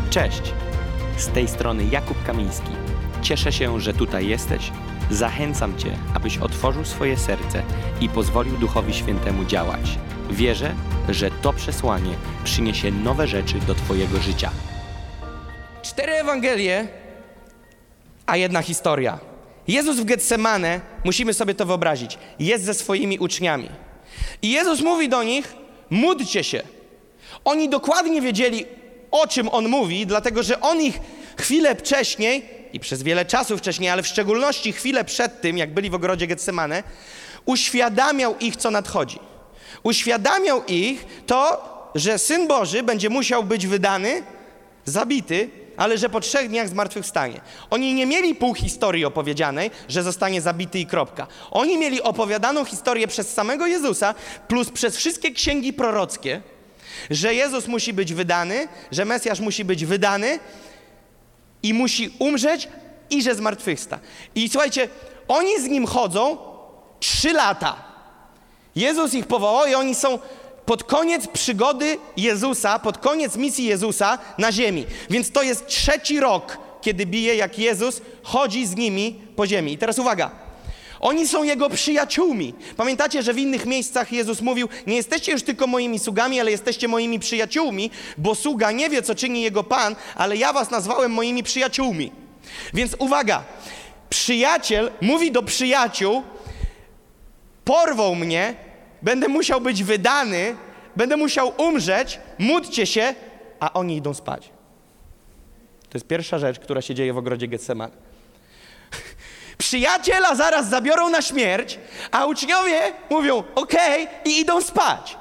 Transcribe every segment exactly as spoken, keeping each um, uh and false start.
Cześć! Z tej strony Jakub Kamiński. Cieszę się, że tutaj jesteś. Zachęcam Cię, abyś otworzył swoje serce i pozwolił Duchowi Świętemu działać. Wierzę, że to przesłanie przyniesie nowe rzeczy do Twojego życia. Cztery Ewangelie, a jedna historia. Jezus w Getsemane, musimy sobie to wyobrazić, jest ze swoimi uczniami. I Jezus mówi do nich, módlcie się. Oni dokładnie wiedzieli, o czym On mówi, dlatego że On ich chwilę wcześniej i przez wiele czasu wcześniej, ale w szczególności chwilę przed tym, jak byli w ogrodzie Getsemane, uświadamiał ich, co nadchodzi. Uświadamiał ich to, że Syn Boży będzie musiał być wydany, zabity, ale że po trzech dniach zmartwychwstanie. Oni nie mieli pół historii opowiedzianej, że zostanie zabity i kropka. Oni mieli opowiadaną historię przez samego Jezusa, plus przez wszystkie księgi prorockie, że Jezus musi być wydany, że Mesjasz musi być wydany i musi umrzeć i że zmartwychwsta. I słuchajcie, oni z Nim chodzą trzy lata. Jezus ich powołał i oni są pod koniec przygody Jezusa, pod koniec misji Jezusa na ziemi. Więc to jest trzeci rok, kiedy bije, jak Jezus chodzi z nimi po ziemi. I teraz uwaga. Oni są Jego przyjaciółmi. Pamiętacie, że w innych miejscach Jezus mówił, nie jesteście już tylko moimi sługami, ale jesteście moimi przyjaciółmi, bo sługa nie wie, co czyni jego Pan, ale ja was nazwałem moimi przyjaciółmi. Więc uwaga, przyjaciel mówi do przyjaciół, porwą mnie, będę musiał być wydany, będę musiał umrzeć, módlcie się, a oni idą spać. To jest pierwsza rzecz, która się dzieje w ogrodzie Getsemane. Przyjaciela zaraz zabiorą na śmierć, a uczniowie mówią okej i idą spać.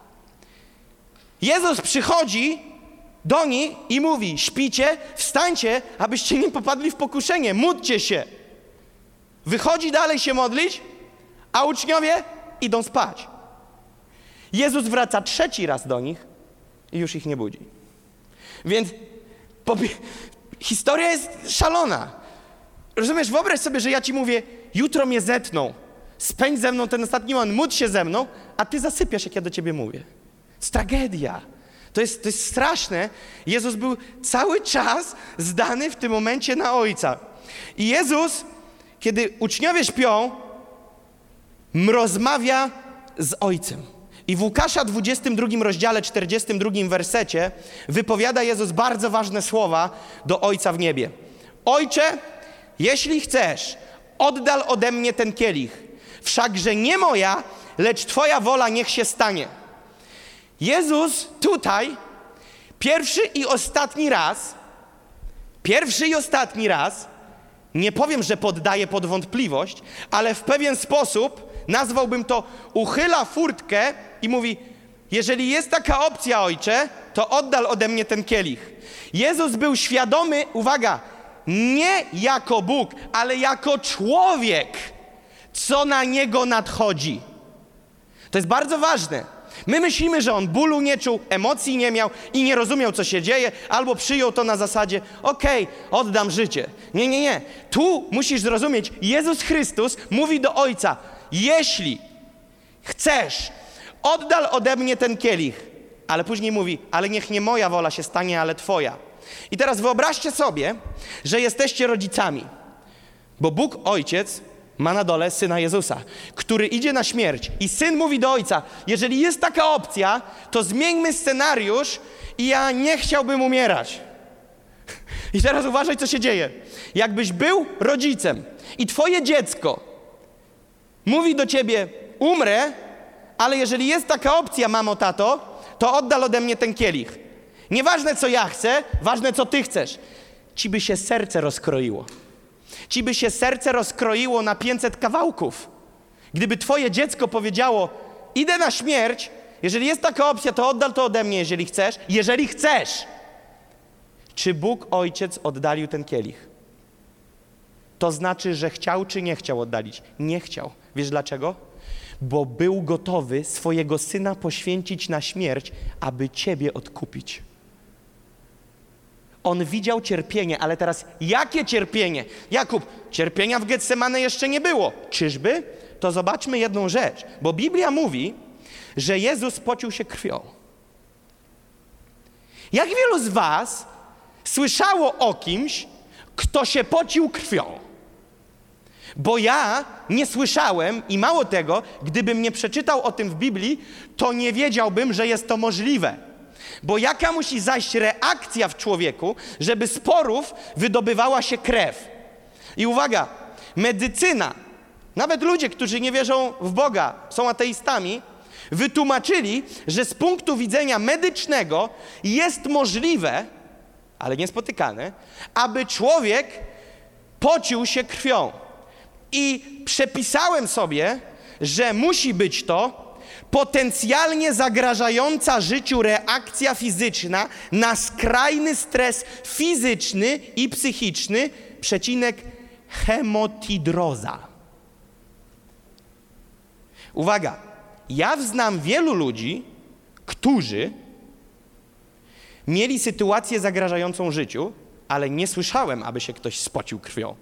Jezus przychodzi do nich i mówi, śpicie, wstańcie, abyście nie popadli w pokuszenie, módlcie się. Wychodzi dalej się modlić, a uczniowie idą spać. Jezus wraca trzeci raz do nich i już ich nie budzi. Więc pobie- historia jest szalona. Rozumiesz, wyobraź sobie, że ja ci mówię, jutro mnie zetną, spędź ze mną ten ostatni moment, módl się ze mną, a ty zasypiasz, jak ja do ciebie mówię. To jest tragedia. To jest, to jest straszne. Jezus był cały czas zdany w tym momencie na Ojca. I Jezus, kiedy uczniowie śpią, rozmawia z Ojcem. I w Łukasza dwudziestym drugim rozdziale, czterdziestym drugim wersecie wypowiada Jezus bardzo ważne słowa do Ojca w niebie. Ojcze, jeśli chcesz, oddal ode mnie ten kielich, wszakże nie moja, lecz Twoja wola niech się stanie. Jezus tutaj pierwszy i ostatni raz, pierwszy i ostatni raz, nie powiem, że poddaje pod wątpliwość, ale w pewien sposób, nazwałbym to, uchyla furtkę i mówi, jeżeli jest taka opcja, Ojcze, to oddal ode mnie ten kielich. Jezus był świadomy, uwaga, nie jako Bóg, ale jako człowiek, co na Niego nadchodzi. To jest bardzo ważne. My myślimy, że On bólu nie czuł, emocji nie miał i nie rozumiał, co się dzieje, albo przyjął to na zasadzie, okej, okay, oddam życie. Nie, nie, nie. Tu musisz zrozumieć, Jezus Chrystus mówi do Ojca, jeśli chcesz, oddal ode mnie ten kielich, ale później mówi, ale niech nie moja wola się stanie, ale Twoja. I teraz wyobraźcie sobie, że jesteście rodzicami, bo Bóg Ojciec ma na dole Syna Jezusa, który idzie na śmierć i Syn mówi do Ojca, jeżeli jest taka opcja, to zmieńmy scenariusz i ja nie chciałbym umierać. I teraz uważaj, co się dzieje. Jakbyś był rodzicem i twoje dziecko mówi do ciebie, umrę, ale jeżeli jest taka opcja, mamo, tato, to oddal ode mnie ten kielich. Nieważne, co ja chcę, ważne, co ty chcesz. Ci by się serce rozkroiło. Ci by się serce rozkroiło na pięćset kawałków. Gdyby twoje dziecko powiedziało, idę na śmierć, jeżeli jest taka opcja, to oddal to ode mnie, jeżeli chcesz. Jeżeli chcesz. Czy Bóg Ojciec oddalił ten kielich? To znaczy, że chciał czy nie chciał oddalić? Nie chciał. Wiesz dlaczego? Bo był gotowy swojego Syna poświęcić na śmierć, aby ciebie odkupić. On widział cierpienie, ale teraz jakie cierpienie? Jakub, cierpienia w Getsemane jeszcze nie było. Czyżby? To zobaczmy jedną rzecz, bo Biblia mówi, że Jezus pocił się krwią. Jak wielu z was słyszało o kimś, kto się pocił krwią. Bo ja nie słyszałem i mało tego, gdybym nie przeczytał o tym w Biblii, to nie wiedziałbym, że jest to możliwe. Bo jaka musi zajść reakcja w człowieku, żeby z porów wydobywała się krew. I uwaga, medycyna, nawet ludzie, którzy nie wierzą w Boga, są ateistami, wytłumaczyli, że z punktu widzenia medycznego jest możliwe, ale niespotykane, aby człowiek pocił się krwią. I przepisałem sobie, że musi być to potencjalnie zagrażająca życiu reakcja fizyczna na skrajny stres fizyczny i psychiczny, przecinek hemotidroza. Uwaga, ja znam wielu ludzi, którzy mieli sytuację zagrażającą życiu, ale nie słyszałem, aby się ktoś spocił krwią.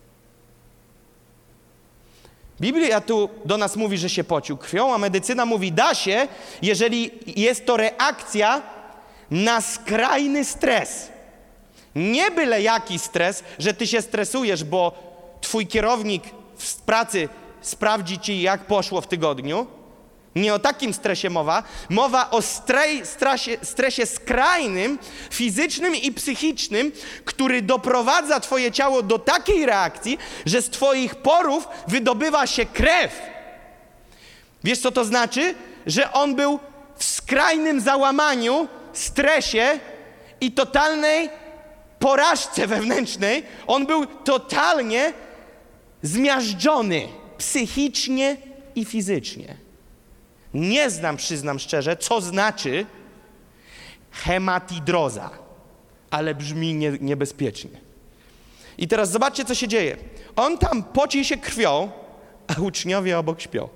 Biblia tu do nas mówi, że się pocił krwią, a medycyna mówi, da się, jeżeli jest to reakcja na skrajny stres. Nie byle jaki stres, że ty się stresujesz, bo twój kierownik w pracy sprawdzi ci, jak poszło w tygodniu. Nie o takim stresie mowa. Mowa o strej, stresie, stresie skrajnym, fizycznym i psychicznym, który doprowadza twoje ciało do takiej reakcji, że z twoich porów wydobywa się krew. Wiesz, co to znaczy? Że on był w skrajnym załamaniu, stresie i totalnej porażce wewnętrznej. On był totalnie zmiażdżony psychicznie i fizycznie. Nie znam, przyznam szczerze, co znaczy hematidroza, ale brzmi nie, niebezpiecznie. I teraz zobaczcie, co się dzieje. On tam poci się krwią, a uczniowie obok śpią.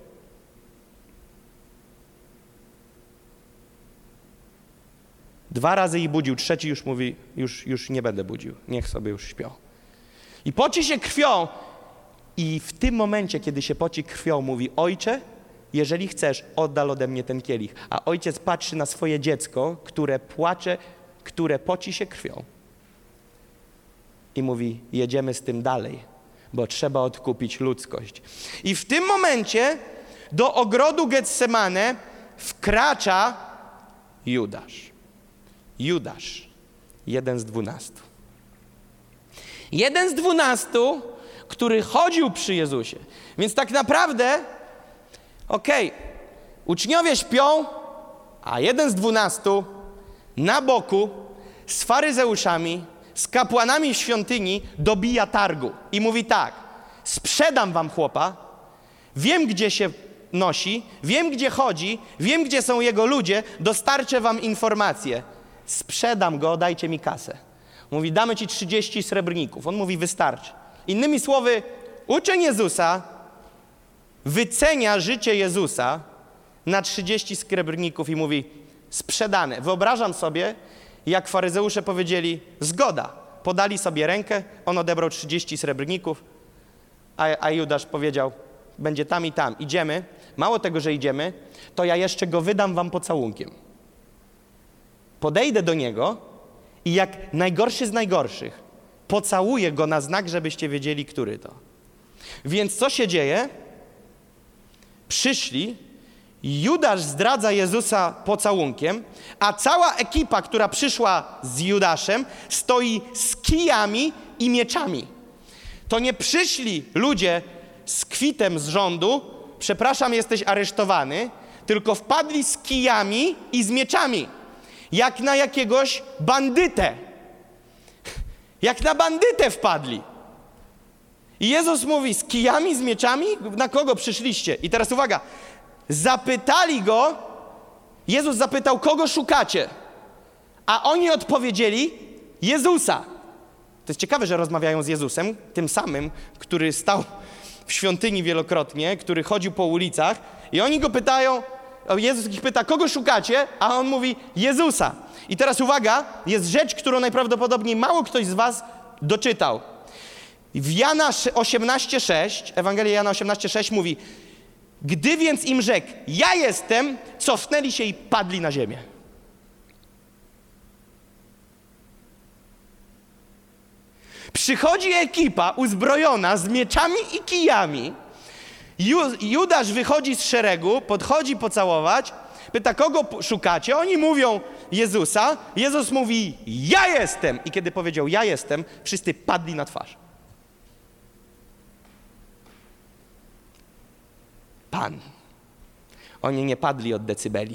Dwa razy ich budził, trzeci już mówi, już, już nie będę budził, niech sobie już śpią. I poci się krwią i w tym momencie, kiedy się poci krwią, mówi, ojcze, jeżeli chcesz, oddal ode mnie ten kielich. A ojciec patrzy na swoje dziecko, które płacze, które poci się krwią. I mówi, jedziemy z tym dalej, bo trzeba odkupić ludzkość. I w tym momencie do ogrodu Getsemane wkracza Judasz. Judasz, jeden z dwunastu. Jeden z dwunastu, który chodził przy Jezusie. Więc tak naprawdę okej, okay. Uczniowie śpią, a jeden z dwunastu na boku z faryzeuszami, z kapłanami w świątyni dobija targu i mówi tak, sprzedam wam chłopa, wiem gdzie się nosi, wiem gdzie chodzi, wiem gdzie są jego ludzie, dostarczę wam informacje, sprzedam go, dajcie mi kasę. Mówi, damy ci trzydzieści srebrników. On mówi, wystarczy. Innymi słowy, uczeń Jezusa wycenia życie Jezusa na trzydzieści srebrników i mówi, sprzedane. Wyobrażam sobie, jak faryzeusze powiedzieli, zgoda. Podali sobie rękę, on odebrał trzydzieści srebrników, a, a Judasz powiedział, będzie tam i tam, idziemy. Mało tego, że idziemy, to ja jeszcze go wydam wam pocałunkiem. Podejdę do niego i jak najgorszy z najgorszych, pocałuję go na znak, żebyście wiedzieli, który to. Więc co się dzieje? Przyszli, Judasz zdradza Jezusa pocałunkiem, a cała ekipa, która przyszła z Judaszem, stoi z kijami i mieczami. To nie przyszli ludzie z kwitem z rządu, przepraszam, jesteś aresztowany, tylko wpadli z kijami i z mieczami, jak na jakiegoś bandytę. Jak na bandytę wpadli. I Jezus mówi, z kijami, z mieczami? Na kogo przyszliście? I teraz uwaga, zapytali go, Jezus zapytał, kogo szukacie? A oni odpowiedzieli, Jezusa. To jest ciekawe, że rozmawiają z Jezusem, tym samym, który stał w świątyni wielokrotnie, który chodził po ulicach i oni go pytają, Jezus ich pyta, kogo szukacie? A on mówi, Jezusa. I teraz uwaga, jest rzecz, którą najprawdopodobniej mało ktoś z was doczytał. W Jana osiemnaście sześć, Ewangelia Jana osiemnaście sześć mówi, gdy więc im rzekł, ja jestem, cofnęli się i padli na ziemię. Przychodzi ekipa uzbrojona z mieczami i kijami. Ju- Judasz wychodzi z szeregu, podchodzi pocałować, pyta, kogo p- szukacie? Oni mówią Jezusa. Jezus mówi, ja jestem. I kiedy powiedział, ja jestem, wszyscy padli na twarz. Pan. Oni nie padli od decybeli.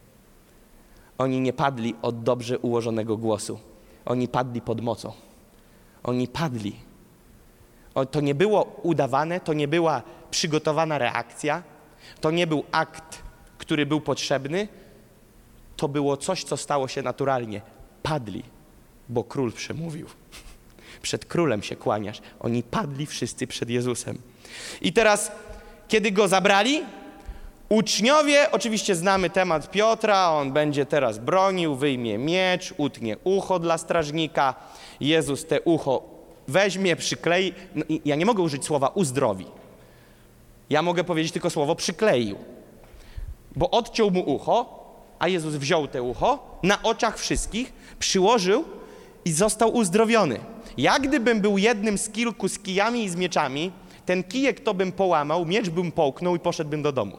Oni nie padli od dobrze ułożonego głosu. Oni padli pod mocą. Oni padli. O, to nie było udawane, to nie była przygotowana reakcja, to nie był akt, który był potrzebny, to było coś, co stało się naturalnie. Padli, bo król przemówił. Przed królem się kłaniasz. Oni padli wszyscy przed Jezusem. I teraz, kiedy go zabrali, uczniowie, oczywiście znamy temat Piotra, on będzie teraz bronił, wyjmie miecz, utnie ucho dla strażnika. Jezus te ucho weźmie, przyklei. No, ja nie mogę użyć słowa uzdrowi. Ja mogę powiedzieć tylko słowo przykleił. Bo odciął mu ucho, a Jezus wziął te ucho, na oczach wszystkich, przyłożył i został uzdrowiony. Jak gdybym był jednym z kilku z kijami i z mieczami, ten kijek to bym połamał, miecz bym połknął i poszedłbym do domu.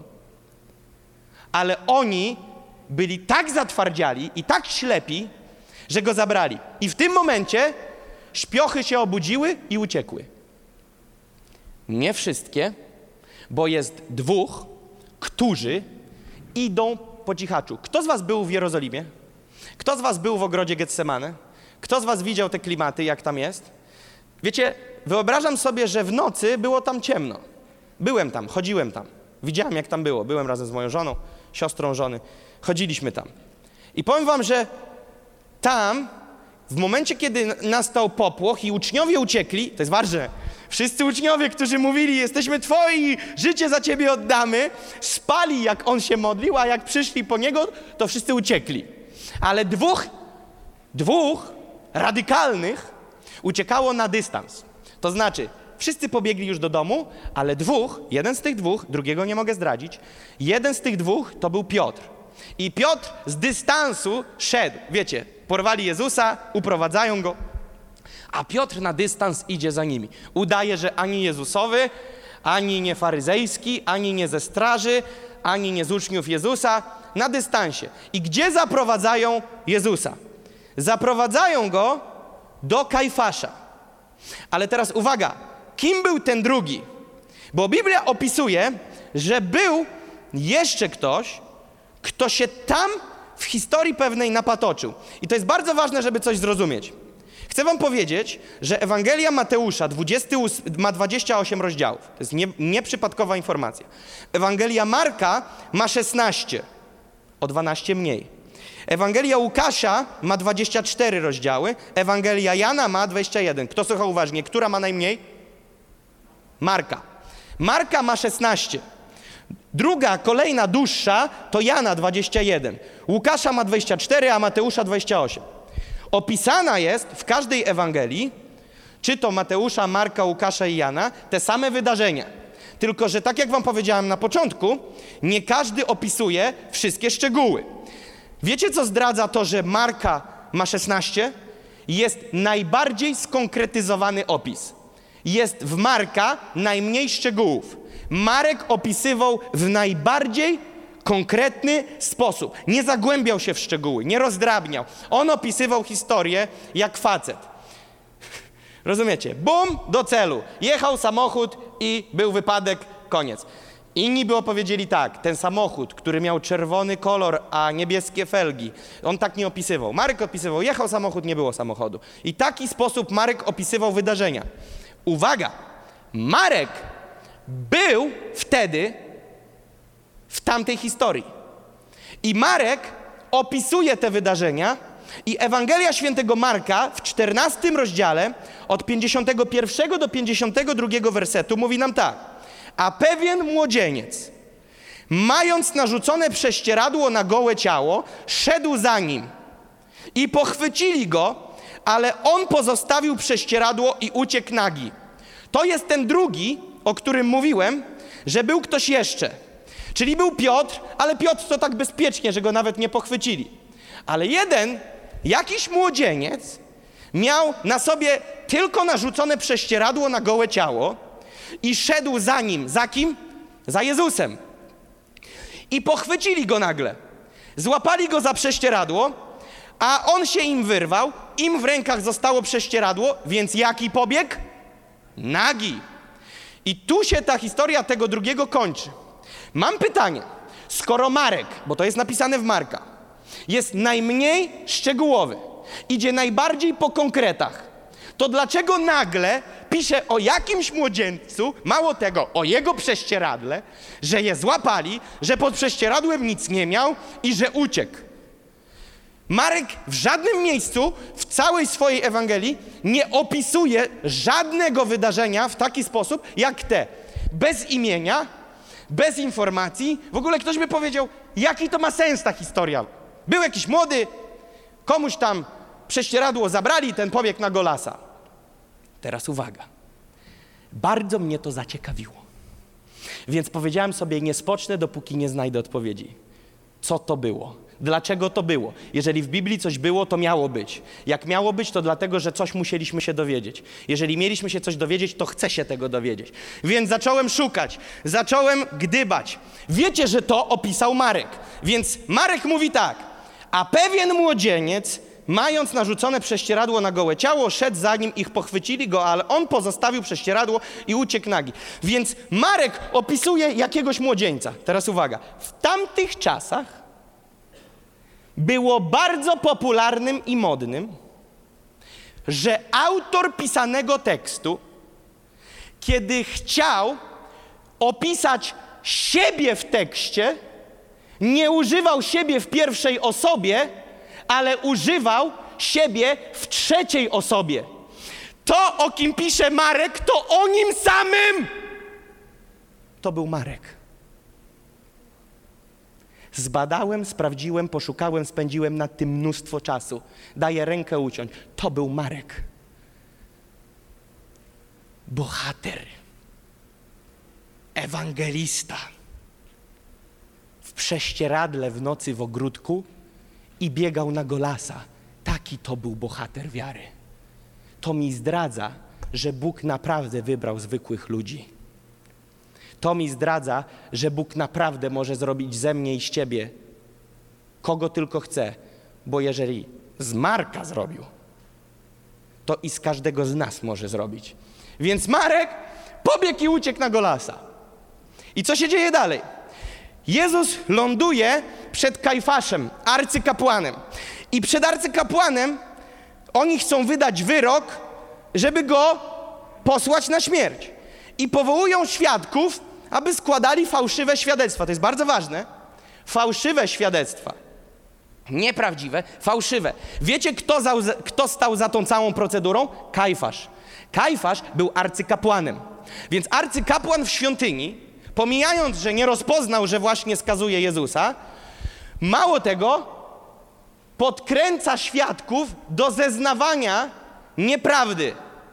Ale oni byli tak zatwardziali i tak ślepi, że go zabrali. I w tym momencie śpiochy się obudziły i uciekły. Nie wszystkie, bo jest dwóch, którzy idą po cichaczu. Kto z was był w Jerozolimie? Kto z was był w ogrodzie Getsemane? Kto z was widział te klimaty, jak tam jest? Wiecie, wyobrażam sobie, że w nocy było tam ciemno. Byłem tam, chodziłem tam. Widziałem, jak tam było. Byłem razem z moją żoną, siostrą żony. Chodziliśmy tam. I powiem wam, że tam, w momencie, kiedy nastał popłoch i uczniowie uciekli, to jest ważne, wszyscy uczniowie, którzy mówili, jesteśmy twoi, życie za ciebie oddamy, spali, jak on się modlił, a jak przyszli po niego, to wszyscy uciekli. Ale dwóch, dwóch radykalnych uciekało na dystans. To znaczy, wszyscy pobiegli już do domu, ale dwóch, jeden z tych dwóch, drugiego nie mogę zdradzić, jeden z tych dwóch to był Piotr. I Piotr z dystansu szedł. Wiecie, porwali Jezusa, uprowadzają go, a Piotr na dystans idzie za nimi. Udaje, że ani Jezusowy, ani nie faryzejski, ani nie ze straży, ani nie z uczniów Jezusa, na dystansie. I gdzie zaprowadzają Jezusa? Zaprowadzają go do Kajfasza. Ale teraz uwaga, kim był ten drugi? Bo Biblia opisuje, że był jeszcze ktoś, kto się tam w historii pewnej napatoczył. I to jest bardzo ważne, żeby coś zrozumieć. Chcę wam powiedzieć, że Ewangelia Mateusza dwudziesty ósmy, ma dwadzieścia osiem rozdziałów. To jest nie, nieprzypadkowa informacja. Ewangelia Marka ma szesnaście, o dwanaście mniej. Ewangelia Łukasza ma dwadzieścia cztery rozdziały, Ewangelia Jana ma dwadzieścia jeden. Kto słucha uważnie? Która ma najmniej? Marka. Marka ma szesnaście. Druga, kolejna dłuższa to Jana dwadzieścia jeden. Łukasza ma dwadzieścia cztery, a Mateusza dwadzieścia osiem. Opisana jest w każdej Ewangelii, czy to Mateusza, Marka, Łukasza i Jana, te same wydarzenia. Tylko że tak jak wam powiedziałem na początku, nie każdy opisuje wszystkie szczegóły. Wiecie, co zdradza to, że Marka ma szesnaście? Jest najbardziej skonkretyzowany opis. Jest w Marka najmniej szczegółów. Marek opisywał w najbardziej konkretny sposób. Nie zagłębiał się w szczegóły, nie rozdrabniał. On opisywał historię jak facet. Rozumiecie? Bum, do celu. Jechał samochód i był wypadek, koniec. Inni by opowiedzieli tak, ten samochód, który miał czerwony kolor, a niebieskie felgi, on tak nie opisywał. Marek opisywał, jechał samochód, nie było samochodu. I taki sposób Marek opisywał wydarzenia. Uwaga! Marek był wtedy w tamtej historii. I Marek opisuje te wydarzenia i Ewangelia Świętego Marka w czternastym rozdziale od pięćdziesiątego pierwszego do pięćdziesiątego drugiego wersetu mówi nam tak. A pewien młodzieniec, mając narzucone prześcieradło na gołe ciało, szedł za nim i pochwycili go, ale on pozostawił prześcieradło i uciekł nagi. To jest ten drugi, o którym mówiłem, że był ktoś jeszcze. Czyli był Piotr, ale Piotr to tak bezpiecznie, że go nawet nie pochwycili. Ale jeden, jakiś młodzieniec, miał na sobie tylko narzucone prześcieradło na gołe ciało i szedł za nim. Za kim? Za Jezusem. I pochwycili go nagle. Złapali go za prześcieradło, a on się im wyrwał, im w rękach zostało prześcieradło, więc jaki pobieg? Nagi. I tu się ta historia tego drugiego kończy. Mam pytanie. Skoro Marek, bo to jest napisane w Marka, jest najmniej szczegółowy, idzie najbardziej po konkretach, to dlaczego nagle pisze o jakimś młodzieńcu, mało tego, o jego prześcieradle, że je złapali, że pod prześcieradłem nic nie miał i że uciekł? Marek w żadnym miejscu w całej swojej Ewangelii nie opisuje żadnego wydarzenia w taki sposób jak te. Bez imienia, bez informacji. W ogóle ktoś by powiedział, jaki to ma sens ta historia. Był jakiś młody, komuś tam prześcieradło zabrali, ten pobiegł na Golasa. Teraz uwaga. Bardzo mnie to zaciekawiło. Więc powiedziałem sobie, nie spocznę, dopóki nie znajdę odpowiedzi. Co to było? Dlaczego to było? Jeżeli w Biblii coś było, to miało być. Jak miało być, to dlatego, że coś musieliśmy się dowiedzieć. Jeżeli mieliśmy się coś dowiedzieć, to chcę się tego dowiedzieć. Więc zacząłem szukać, zacząłem gdybać. Wiecie, że to opisał Marek. Więc Marek mówi tak. A pewien młodzieniec, mając narzucone prześcieradło na gołe ciało, szedł za nim, ich pochwycili go, ale on pozostawił prześcieradło i uciekł nagi. Więc Marek opisuje jakiegoś młodzieńca. Teraz uwaga. W tamtych czasach było bardzo popularnym i modnym, że autor pisanego tekstu, kiedy chciał opisać siebie w tekście, nie używał siebie w pierwszej osobie, ale używał siebie w trzeciej osobie. To, o kim pisze Marek, to o nim samym. To był Marek. Zbadałem, sprawdziłem, poszukałem, spędziłem nad tym mnóstwo czasu. Daję rękę uciąć. To był Marek. Bohater. Ewangelista. W prześcieradle w nocy w ogródku i biegał na Golasa. Taki to był bohater wiary. To mi zdradza, że Bóg naprawdę wybrał zwykłych ludzi. To mi zdradza, że Bóg naprawdę może zrobić ze mnie i z ciebie kogo tylko chce, bo jeżeli z Marka zrobił, to i z każdego z nas może zrobić. Więc Marek pobiegł i uciekł na Golasa. I co się dzieje dalej? Jezus ląduje przed Kajfaszem, arcykapłanem. I przed arcykapłanem oni chcą wydać wyrok, żeby go posłać na śmierć. I powołują świadków, aby składali fałszywe świadectwa. To jest bardzo ważne. Fałszywe świadectwa. Nieprawdziwe, fałszywe. Wiecie, kto, za, kto stał za tą całą procedurą? Kajfasz. Kajfasz był arcykapłanem. Więc arcykapłan w świątyni, pomijając, że nie rozpoznał, że właśnie skazuje Jezusa, mało tego, podkręca świadków do zeznawania nieprawdy.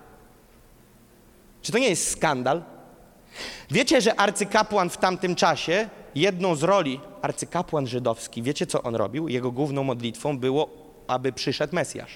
Czy to nie jest skandal? Wiecie, że arcykapłan w tamtym czasie, jedną z roli, arcykapłan żydowski, wiecie, co on robił? Jego główną modlitwą było, aby przyszedł Mesjasz.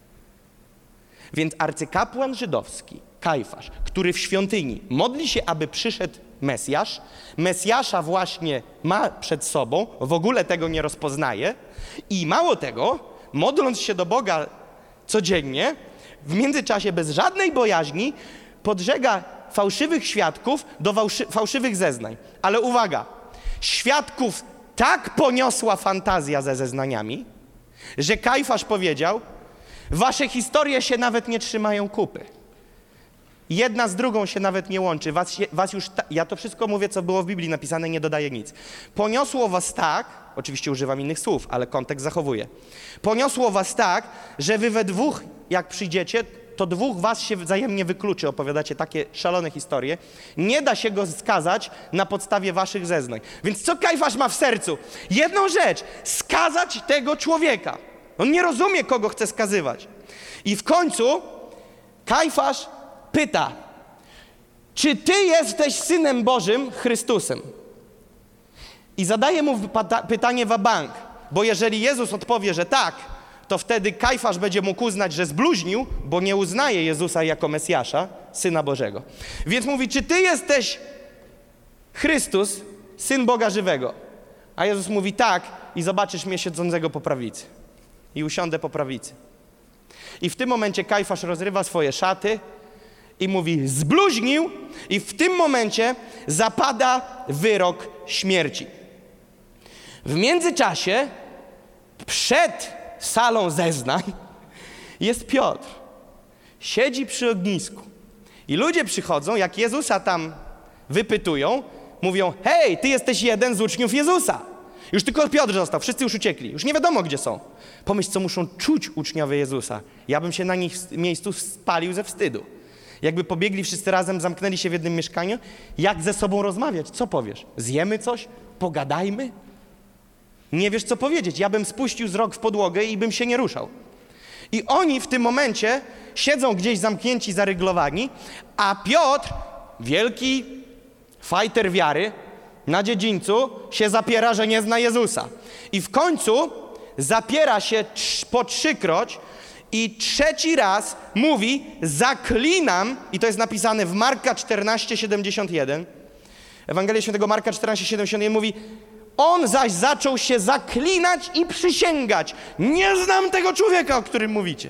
Więc arcykapłan żydowski, Kajfasz, który w świątyni modli się, aby przyszedł Mesjasz, Mesjasza właśnie ma przed sobą, w ogóle tego nie rozpoznaje i mało tego, modląc się do Boga codziennie, w międzyczasie bez żadnej bojaźni, podżega fałszywych świadków do fałszy, fałszywych zeznań. Ale uwaga, świadków tak poniosła fantazja ze zeznaniami, że Kajfasz powiedział, wasze historie się nawet nie trzymają kupy. Jedna z drugą się nawet nie łączy. Was, się, was już ta... Ja to wszystko mówię, co było w Biblii napisane, nie dodaję nic. Poniosło was tak, oczywiście używam innych słów, ale kontekst zachowuję. Poniosło was tak, że wy we dwóch, jak przyjdziecie, to dwóch was się wzajemnie wykluczy, opowiadacie takie szalone historie. Nie da się go skazać na podstawie waszych zeznań. Więc co Kajfasz ma w sercu? Jedną rzecz, skazać tego człowieka. On nie rozumie, kogo chce skazywać. I w końcu Kajfasz pyta, czy ty jesteś Synem Bożym, Chrystusem? I zadaje mu pytanie wa bank, bo jeżeli Jezus odpowie, że tak, to wtedy Kajfasz będzie mógł uznać, że zbluźnił, bo nie uznaje Jezusa jako Mesjasza, Syna Bożego. Więc mówi, czy ty jesteś Chrystus, Syn Boga żywego? A Jezus mówi, tak, i zobaczysz mnie siedzącego po prawicy. I usiądę po prawicy. I w tym momencie Kajfasz rozrywa swoje szaty i mówi, zbluźnił, i w tym momencie zapada wyrok śmierci. W międzyczasie, przed salą zeznań, jest Piotr. Siedzi przy ognisku. I ludzie przychodzą, jak Jezusa tam wypytują, mówią, hej, ty jesteś jeden z uczniów Jezusa. Już tylko Piotr został, wszyscy już uciekli. Już nie wiadomo, gdzie są. Pomyśl, co muszą czuć uczniowie Jezusa. Ja bym się na nich miejscu spalił ze wstydu. Jakby pobiegli wszyscy razem, zamknęli się w jednym mieszkaniu, jak ze sobą rozmawiać? Co powiesz? Zjemy coś? Pogadajmy? Nie wiesz, co powiedzieć. Ja bym spuścił wzrok w podłogę i bym się nie ruszał. I oni w tym momencie siedzą gdzieś zamknięci, zaryglowani, a Piotr, wielki fajter wiary, na dziedzińcu się zapiera, że nie zna Jezusa. I w końcu zapiera się po trzykroć i trzeci raz mówi, zaklinam, i to jest napisane w Marka czternaście siedemdziesiąt jeden, Ewangelia Świętego Marka czternaście siedemdziesiąt jeden mówi, on zaś zaczął się zaklinać i przysięgać. Nie znam tego człowieka, o którym mówicie.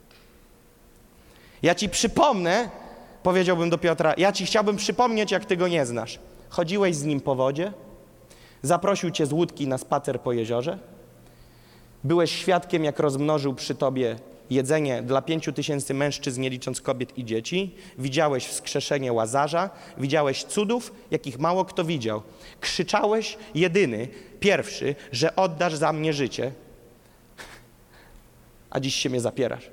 Ja ci przypomnę, powiedziałbym do Piotra, ja ci chciałbym przypomnieć, jak ty go nie znasz. Chodziłeś z nim po wodzie, zaprosił cię z łódki na spacer po jeziorze, byłeś świadkiem, jak rozmnożył przy tobie jedzenie dla pięciu tysięcy mężczyzn, nie licząc kobiet i dzieci, widziałeś wskrzeszenie Łazarza, widziałeś cudów, jakich mało kto widział. Krzyczałeś jedyny, pierwszy, że oddasz za mnie życie, a dziś się mnie zapierasz.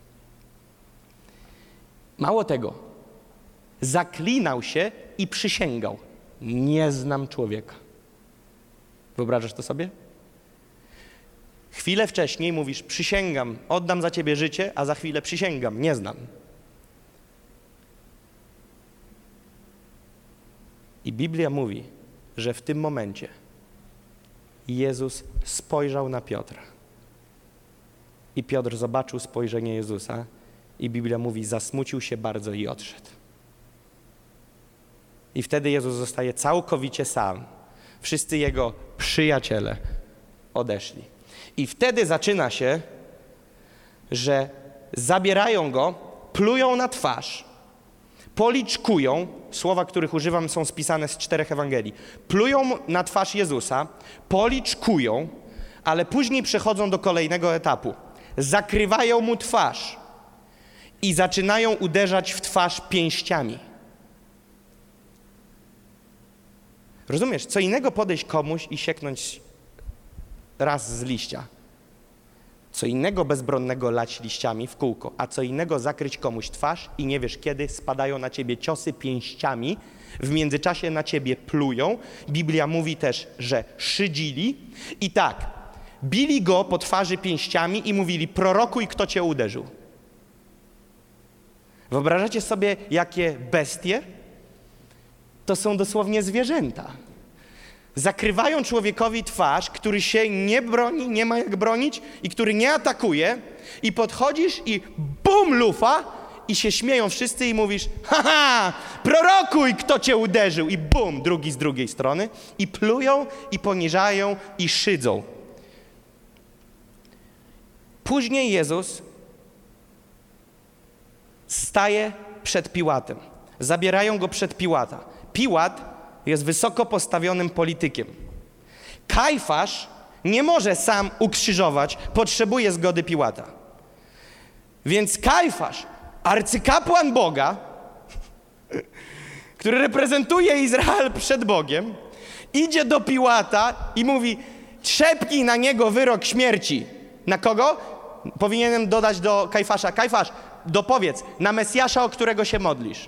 Mało tego, zaklinał się i przysięgał. Nie znam człowieka. Wyobrażasz to sobie? Chwilę wcześniej mówisz, przysięgam, oddam za ciebie życie, a za chwilę przysięgam, nie znam. I Biblia mówi, że w tym momencie Jezus spojrzał na Piotra. I Piotr zobaczył spojrzenie Jezusa i Biblia mówi, zasmucił się bardzo i odszedł. I wtedy Jezus zostaje całkowicie sam. Wszyscy Jego przyjaciele odeszli. I wtedy zaczyna się, że zabierają Go, plują na twarz, policzkują, słowa, których używam, są spisane z czterech Ewangelii, plują na twarz Jezusa, policzkują, ale później przechodzą do kolejnego etapu. Zakrywają Mu twarz i zaczynają uderzać w twarz pięściami. Rozumiesz, co innego podejść komuś i sieknąć raz z liścia. Co innego bezbronnego lać liściami w kółko, a co innego zakryć komuś twarz i nie wiesz kiedy spadają na ciebie ciosy pięściami, w międzyczasie na ciebie plują. Biblia mówi też, że szydzili i tak, bili go po twarzy pięściami i mówili, prorokuj, kto cię uderzył. Wyobrażacie sobie, jakie bestie? To są dosłownie zwierzęta. Zakrywają człowiekowi twarz, który się nie broni, nie ma jak bronić i który nie atakuje i podchodzisz i bum, lufa i się śmieją wszyscy i mówisz, haha, prorokuj, kto cię uderzył i bum, drugi z drugiej strony i plują i poniżają i szydzą. Później Jezus staje przed Piłatem. Zabierają go przed Piłata. Piłat jest wysoko postawionym politykiem. Kajfasz nie może sam ukrzyżować, potrzebuje zgody Piłata. Więc Kajfasz, arcykapłan Boga, który reprezentuje Izrael przed Bogiem, idzie do Piłata i mówi, trzepnij na niego wyrok śmierci. Na kogo? Powinienem dodać do Kajfasza. Kajfasz, dopowiedz, na Mesjasza, o którego się modlisz.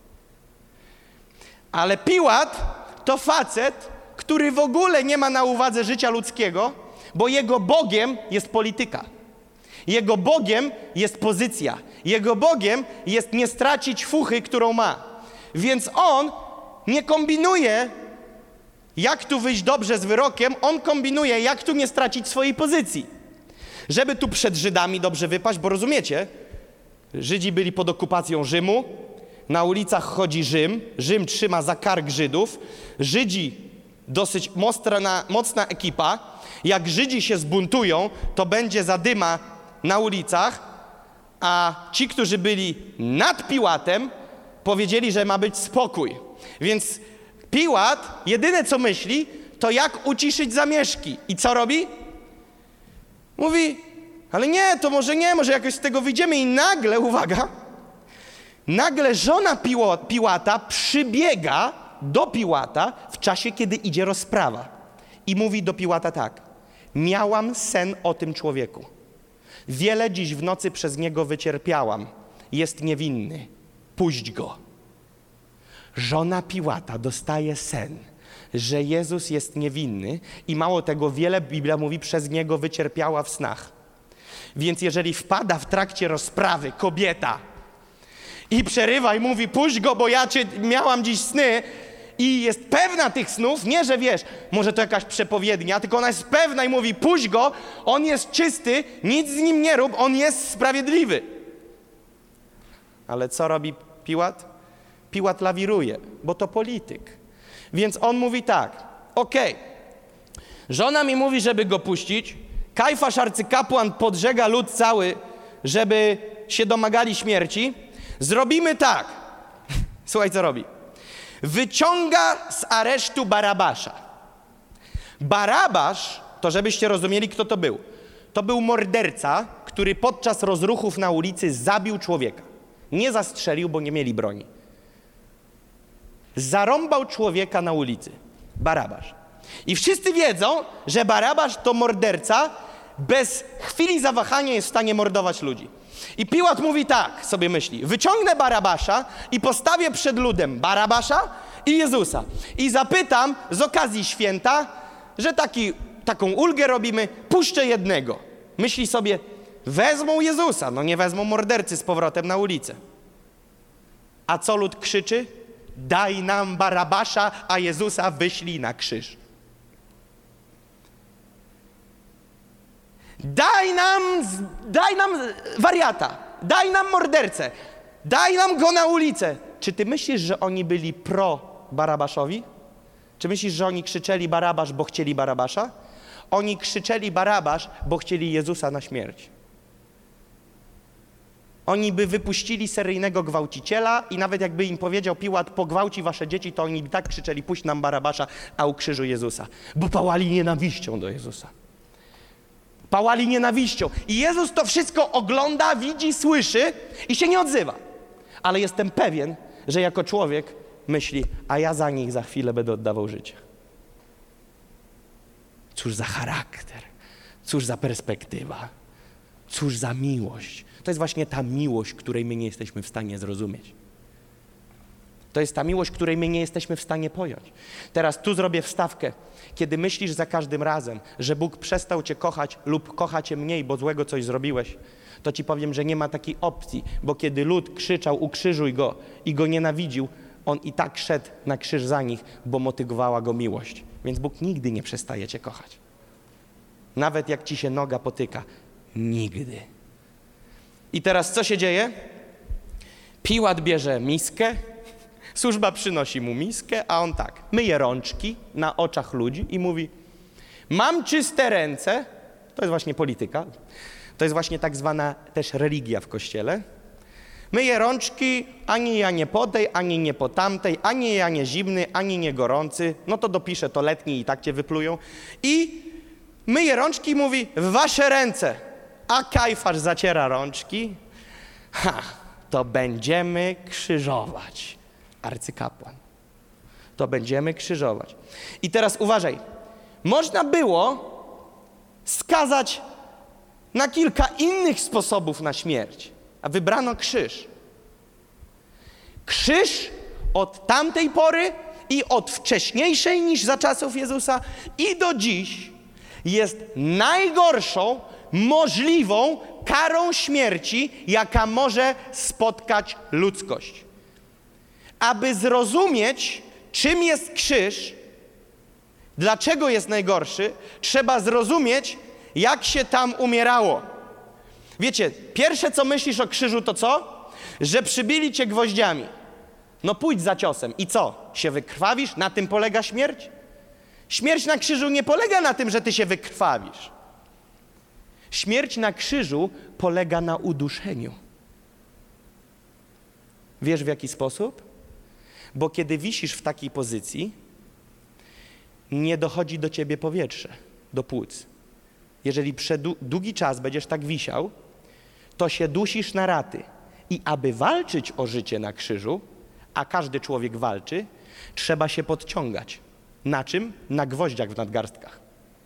Ale Piłat to facet, który w ogóle nie ma na uwadze życia ludzkiego, bo jego Bogiem jest polityka. Jego Bogiem jest pozycja. Jego Bogiem jest nie stracić fuchy, którą ma. Więc on nie kombinuje, jak tu wyjść dobrze z wyrokiem, on kombinuje, jak tu nie stracić swojej pozycji. Żeby tu przed Żydami dobrze wypaść, bo rozumiecie, Żydzi byli pod okupacją Rzymu, na ulicach chodzi Rzym, Rzym trzyma za kark Żydów, Żydzi dosyć mocna, mocna ekipa, jak Żydzi się zbuntują, to będzie zadyma na ulicach, a ci, którzy byli nad Piłatem, powiedzieli, że ma być spokój. Więc Piłat jedyne co myśli, to jak uciszyć zamieszki. I co robi? Mówi, ale nie, to może nie, może jakoś z tego wyjdziemy. I nagle, uwaga, nagle żona Piło, Piłata przybiega do Piłata w czasie, kiedy idzie rozprawa. I mówi do Piłata tak, miałam sen o tym człowieku. Wiele dziś w nocy przez niego wycierpiałam. Jest niewinny. Puść go. Żona Piłata dostaje sen, że Jezus jest niewinny i mało tego, wiele Biblia mówi, przez niego wycierpiała w snach. Więc jeżeli wpada w trakcie rozprawy kobieta i przerywa i mówi, puść go, bo ja cię miałam dziś sny i jest pewna tych snów, nie, że wiesz, może to jakaś przepowiednia, tylko ona jest pewna i mówi, puść go, on jest czysty, nic z nim nie rób, on jest sprawiedliwy. Ale co robi Piłat? Piłat lawiruje, bo to polityk. Więc on mówi tak, okej, okay. Żona mi mówi, żeby go puścić, Kajfasz arcykapłan podżega lud cały, żeby się domagali śmierci. Zrobimy tak. Słuchaj, co robi. Wyciąga z aresztu Barabasza. Barabasz, to żebyście rozumieli, kto to był. To był morderca, który podczas rozruchów na ulicy zabił człowieka. Nie zastrzelił, bo nie mieli broni. Zarąbał człowieka na ulicy. Barabasz. I wszyscy wiedzą, że Barabasz to morderca, bez chwili zawahania jest w stanie mordować ludzi. I Piłat mówi tak, sobie myśli, wyciągnę Barabasza i postawię przed ludem Barabasza i Jezusa. I zapytam z okazji święta, że taki, taką ulgę robimy, puszczę jednego. Myśli sobie, wezmą Jezusa, no nie wezmą mordercy z powrotem na ulicę. A co lud krzyczy? Daj nam Barabasza, a Jezusa wyślij na krzyż. Daj nam, daj nam wariata, daj nam mordercę, daj nam go na ulicę. Czy ty myślisz, że oni byli pro Barabaszowi? Czy myślisz, że oni krzyczeli Barabasz, bo chcieli Barabasza? Oni krzyczeli Barabasz, bo chcieli Jezusa na śmierć. Oni by wypuścili seryjnego gwałciciela i nawet jakby im powiedział Piłat, pogwałci wasze dzieci, to oni by tak krzyczeli, puść nam Barabasza, a ukrzyżuj Jezusa. Bo pałali nienawiścią do Jezusa. Pałali nienawiścią. I Jezus to wszystko ogląda, widzi, słyszy i się nie odzywa. Ale jestem pewien, że jako człowiek myśli, a ja za nich za chwilę będę oddawał życie. Cóż za charakter, cóż za perspektywa, cóż za miłość. To jest właśnie ta miłość, której my nie jesteśmy w stanie zrozumieć. To jest ta miłość, której my nie jesteśmy w stanie pojąć. Teraz tu zrobię wstawkę. Kiedy myślisz za każdym razem, że Bóg przestał cię kochać lub kocha cię mniej, bo złego coś zrobiłeś, to ci powiem, że nie ma takiej opcji, bo kiedy lud krzyczał, ukrzyżuj go i go nienawidził, on i tak szedł na krzyż za nich, bo motywowała go miłość. Więc Bóg nigdy nie przestaje cię kochać. Nawet jak ci się noga potyka. Nigdy. I teraz co się dzieje? Piłat bierze miskę, służba przynosi mu miskę, a on tak, myje rączki na oczach ludzi i mówi, mam czyste ręce, to jest właśnie polityka, to jest właśnie tak zwana też religia w Kościele, myje rączki, ani ja nie po tej, ani nie po tamtej, ani ja nie zimny, ani nie gorący, no to dopiszę, to letni i tak cię wyplują. I myje rączki i mówi, w wasze ręce, a Kajfasz zaciera rączki, ha, to będziemy krzyżować. Arcykapłan. To będziemy krzyżować. I teraz uważaj, można było skazać na kilka innych sposobów na śmierć, a wybrano krzyż. Krzyż od tamtej pory i od wcześniejszej niż za czasów Jezusa i do dziś jest najgorszą możliwą karą śmierci, jaka może spotkać ludzkość. Aby zrozumieć, czym jest krzyż, dlaczego jest najgorszy, trzeba zrozumieć, jak się tam umierało. Wiecie, pierwsze co myślisz o krzyżu to co? Że przybili cię gwoździami. No pójdź za ciosem. I co? Się wykrwawisz? Na tym polega śmierć? Śmierć na krzyżu nie polega na tym, że ty się wykrwawisz. Śmierć na krzyżu polega na uduszeniu. Wiesz w jaki sposób? Bo kiedy wisisz w takiej pozycji, nie dochodzi do ciebie powietrze, do płuc. Jeżeli przez długi czas będziesz tak wisiał, to się dusisz na raty. I aby walczyć o życie na krzyżu, a każdy człowiek walczy, trzeba się podciągać. Na czym? Na gwoździach w nadgarstkach.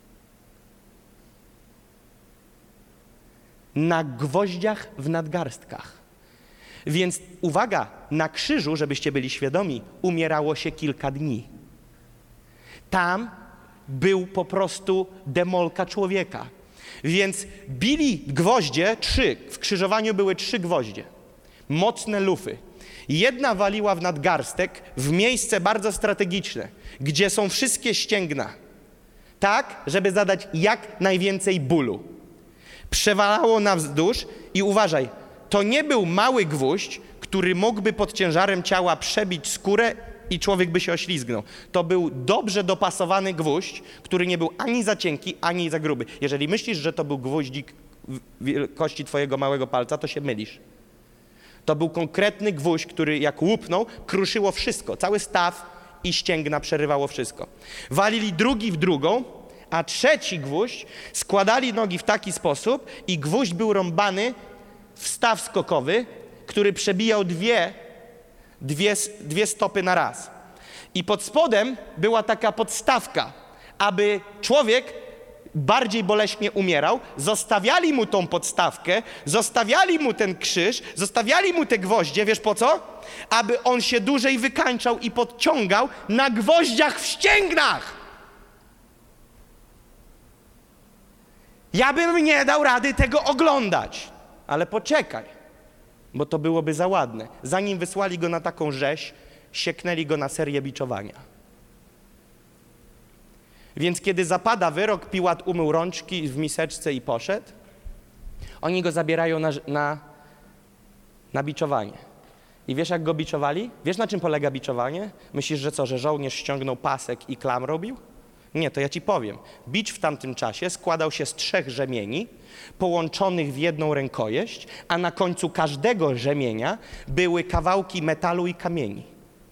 Na gwoździach w nadgarstkach. Więc uwaga, na krzyżu, żebyście byli świadomi, umierało się kilka dni. Tam był po prostu demolka człowieka. Więc bili gwoździe, trzy, w krzyżowaniu były trzy gwoździe. Mocne lufy. Jedna waliła w nadgarstek w miejsce bardzo strategiczne, gdzie są wszystkie ścięgna. Tak, żeby zadać jak najwięcej bólu. Przewalało na wzdłuż i uważaj, to nie był mały gwóźdź, który mógłby pod ciężarem ciała przebić skórę i człowiek by się oślizgnął. To był dobrze dopasowany gwóźdź, który nie był ani za cienki, ani za gruby. Jeżeli myślisz, że to był gwóździk wielkości twojego małego palca, to się mylisz. To był konkretny gwóźdź, który jak łupnął, kruszyło wszystko. Cały staw i ścięgna przerywało wszystko. Walili drugi w drugą, a trzeci gwóźdź składali nogi w taki sposób i gwóźdź był rąbany w staw skokowy, który przebijał dwie, dwie, dwie stopy na raz. I pod spodem była taka podstawka, aby człowiek bardziej boleśnie umierał, zostawiali mu tą podstawkę, zostawiali mu ten krzyż, zostawiali mu te gwoździe, wiesz po co? Aby on się dłużej wykańczał i podciągał na gwoździach w ścięgnach. Ja bym nie dał rady tego oglądać, ale poczekaj, bo to byłoby za ładne. Zanim wysłali go na taką rzeź, sieknęli go na serię biczowania. Więc kiedy zapada wyrok, Piłat umył rączki w miseczce i poszedł. Oni go zabierają na, na, na biczowanie. I wiesz, jak go biczowali? Wiesz, na czym polega biczowanie? Myślisz, że co, że żołnierz ściągnął pasek i klam robił? Nie, to ja ci powiem. Bicz w tamtym czasie składał się z trzech rzemieni, połączonych w jedną rękojeść, a na końcu każdego rzemienia były kawałki metalu i kamieni.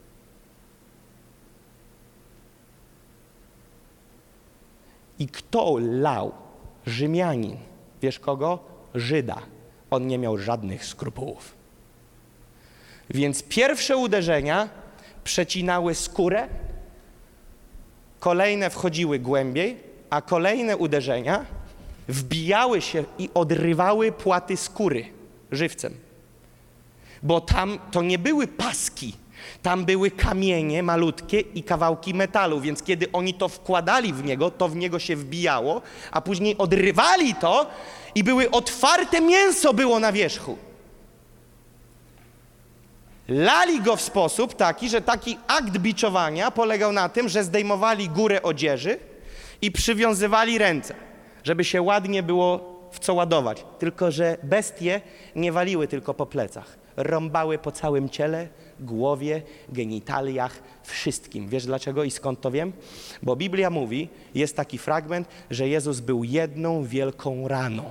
I kto lał? Rzymianin. Wiesz kogo? Żyda. On nie miał żadnych skrupułów. Więc pierwsze uderzenia przecinały skórę, kolejne wchodziły głębiej, a kolejne uderzenia wbijały się i odrywały płaty skóry żywcem. Bo tam to nie były paski, tam były kamienie malutkie i kawałki metalu, więc kiedy oni to wkładali w niego, to w niego się wbijało, a później odrywali to i były otwarte mięso było na wierzchu. Lali go w sposób taki, że taki akt biczowania polegał na tym, że zdejmowali górę odzieży i przywiązywali ręce, żeby się ładnie było w co ładować. Tylko że bestie nie waliły tylko po plecach. Rąbały po całym ciele, głowie, genitaliach, wszystkim. Wiesz dlaczego i skąd to wiem? Bo Biblia mówi, jest taki fragment, że Jezus był jedną wielką raną.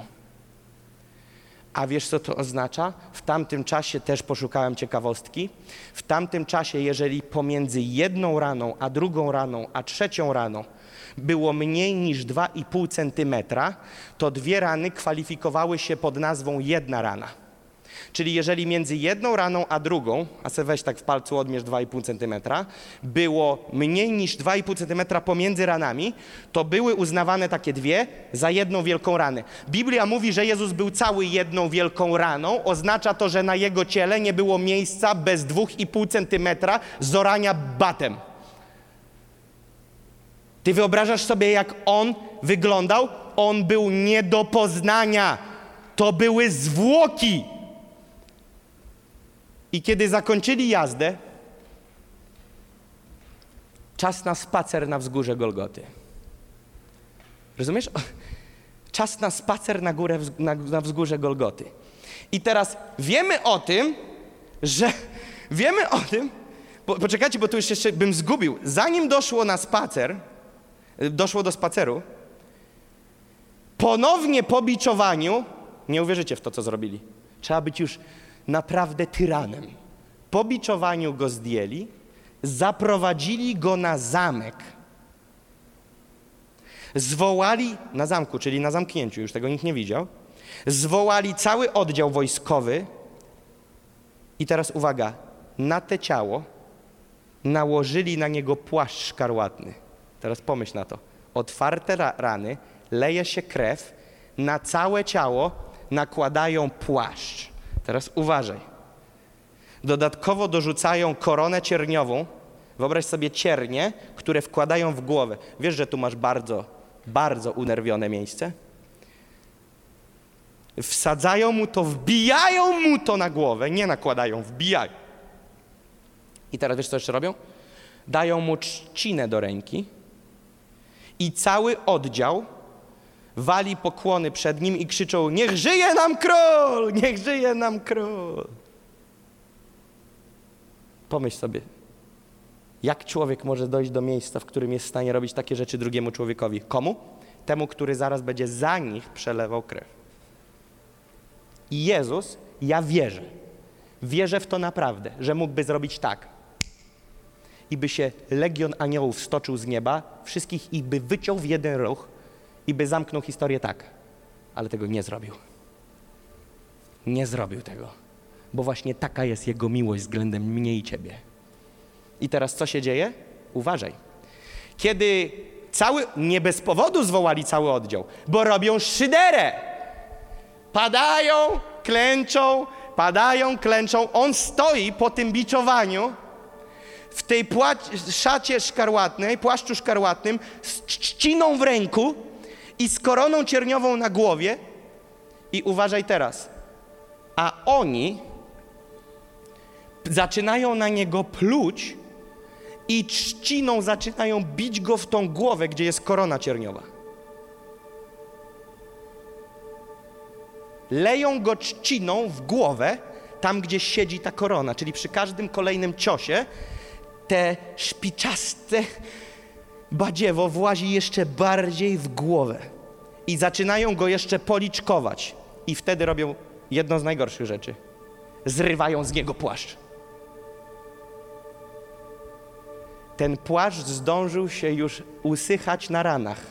A wiesz, co to oznacza? W tamtym czasie też poszukałem ciekawostki. W tamtym czasie, jeżeli pomiędzy jedną raną, a drugą raną, a trzecią raną było mniej niż dwa i pół centymetra, to dwie rany kwalifikowały się pod nazwą jedna rana. Czyli jeżeli między jedną raną a drugą, a se weź tak w palcu odmierz dwa i pół centymetra, było mniej niż dwa i pół centymetra pomiędzy ranami, to były uznawane takie dwie za jedną wielką ranę. Biblia mówi, że Jezus był cały jedną wielką raną. Oznacza to, że na Jego ciele nie było miejsca bez dwóch i pół centymetra zorania batem. Ty wyobrażasz sobie, jak On wyglądał? On był nie do poznania. To były zwłoki. I kiedy zakończyli jazdę, czas na spacer na wzgórze Golgoty. Rozumiesz? Czas na spacer na górę, na, na wzgórze Golgoty. I teraz wiemy o tym, że wiemy o tym, po, poczekajcie, bo tu już jeszcze bym zgubił. Zanim doszło na spacer, doszło do spaceru, ponownie po biczowaniu, nie uwierzycie w to, co zrobili. Trzeba być już naprawdę tyranem. Po biczowaniu go zdjęli, zaprowadzili go na zamek. Zwołali, na zamku, czyli na zamknięciu, już tego nikt nie widział, zwołali cały oddział wojskowy i teraz uwaga, na te ciało nałożyli na niego płaszcz szkarłatny. Teraz pomyśl na to. Otwarte ra- rany, leje się krew, na całe ciało nakładają płaszcz. Teraz uważaj. Dodatkowo dorzucają koronę cierniową. Wyobraź sobie ciernie, które wkładają w głowę. Wiesz, że tu masz bardzo, bardzo unerwione miejsce? Wsadzają mu to, wbijają mu to na głowę. Nie nakładają, wbijają. I teraz wiesz, co jeszcze robią? Dają mu trzcinę do ręki i cały oddział wali pokłony przed nim i krzyczą: niech żyje nam król! Niech żyje nam król! Pomyśl sobie, jak człowiek może dojść do miejsca, w którym jest w stanie robić takie rzeczy drugiemu człowiekowi? Komu? Temu, który zaraz będzie za nich przelewał krew. I Jezus, ja wierzę, wierzę w to naprawdę, że mógłby zrobić tak. I by się legion aniołów stoczył z nieba, wszystkich ich by wyciął w jeden ruch i by zamknął historię tak. Ale tego nie zrobił. Nie zrobił tego, bo właśnie taka jest Jego miłość względem mnie i ciebie. I teraz co się dzieje? Uważaj. Kiedy cały, nie bez powodu zwołali cały oddział, bo robią szyderę. Padają, klęczą, padają, klęczą. On stoi po tym biczowaniu w tej pła- szacie szkarłatnej, płaszczu szkarłatnym, z trzciną w ręku i z koroną cierniową na głowie. I uważaj teraz. A oni zaczynają na niego pluć i trzciną zaczynają bić go w tą głowę, gdzie jest korona cierniowa. Leją go trzciną w głowę, tam gdzie siedzi ta korona, czyli przy każdym kolejnym ciosie te szpiczaste badziewo włazi jeszcze bardziej w głowę i zaczynają go jeszcze policzkować. I wtedy robią jedną z najgorszych rzeczy. Zrywają z niego płaszcz. Ten płaszcz zdążył się już usychać na ranach,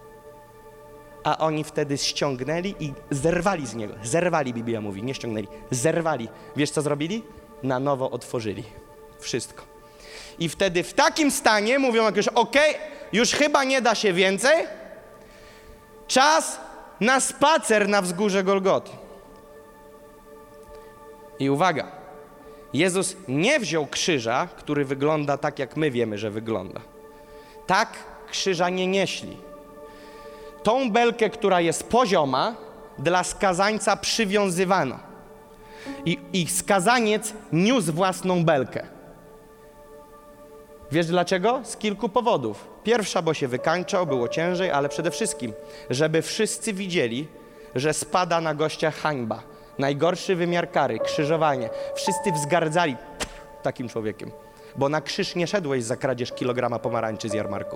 a oni wtedy ściągnęli i zerwali z niego. Zerwali, Biblia mówi, nie ściągnęli. Zerwali. Wiesz, co zrobili? Na nowo otworzyli. Wszystko. I wtedy w takim stanie mówią jakoś: okej, już chyba nie da się więcej. Czas na spacer na wzgórze Golgoty. I uwaga, Jezus nie wziął krzyża, który wygląda tak, jak my wiemy, że wygląda. Tak krzyża nie nieśli. Tą belkę, która jest pozioma, dla skazańca przywiązywano. I, i skazaniec niósł własną belkę. Wiesz dlaczego? Z kilku powodów. Pierwsza, bo się wykańczał, było ciężej, ale przede wszystkim, żeby wszyscy widzieli, że spada na gościa hańba. Najgorszy wymiar kary, krzyżowanie. Wszyscy wzgardzali takim człowiekiem, bo na krzyż nie szedłeś za kradzież kilograma pomarańczy z jarmarku.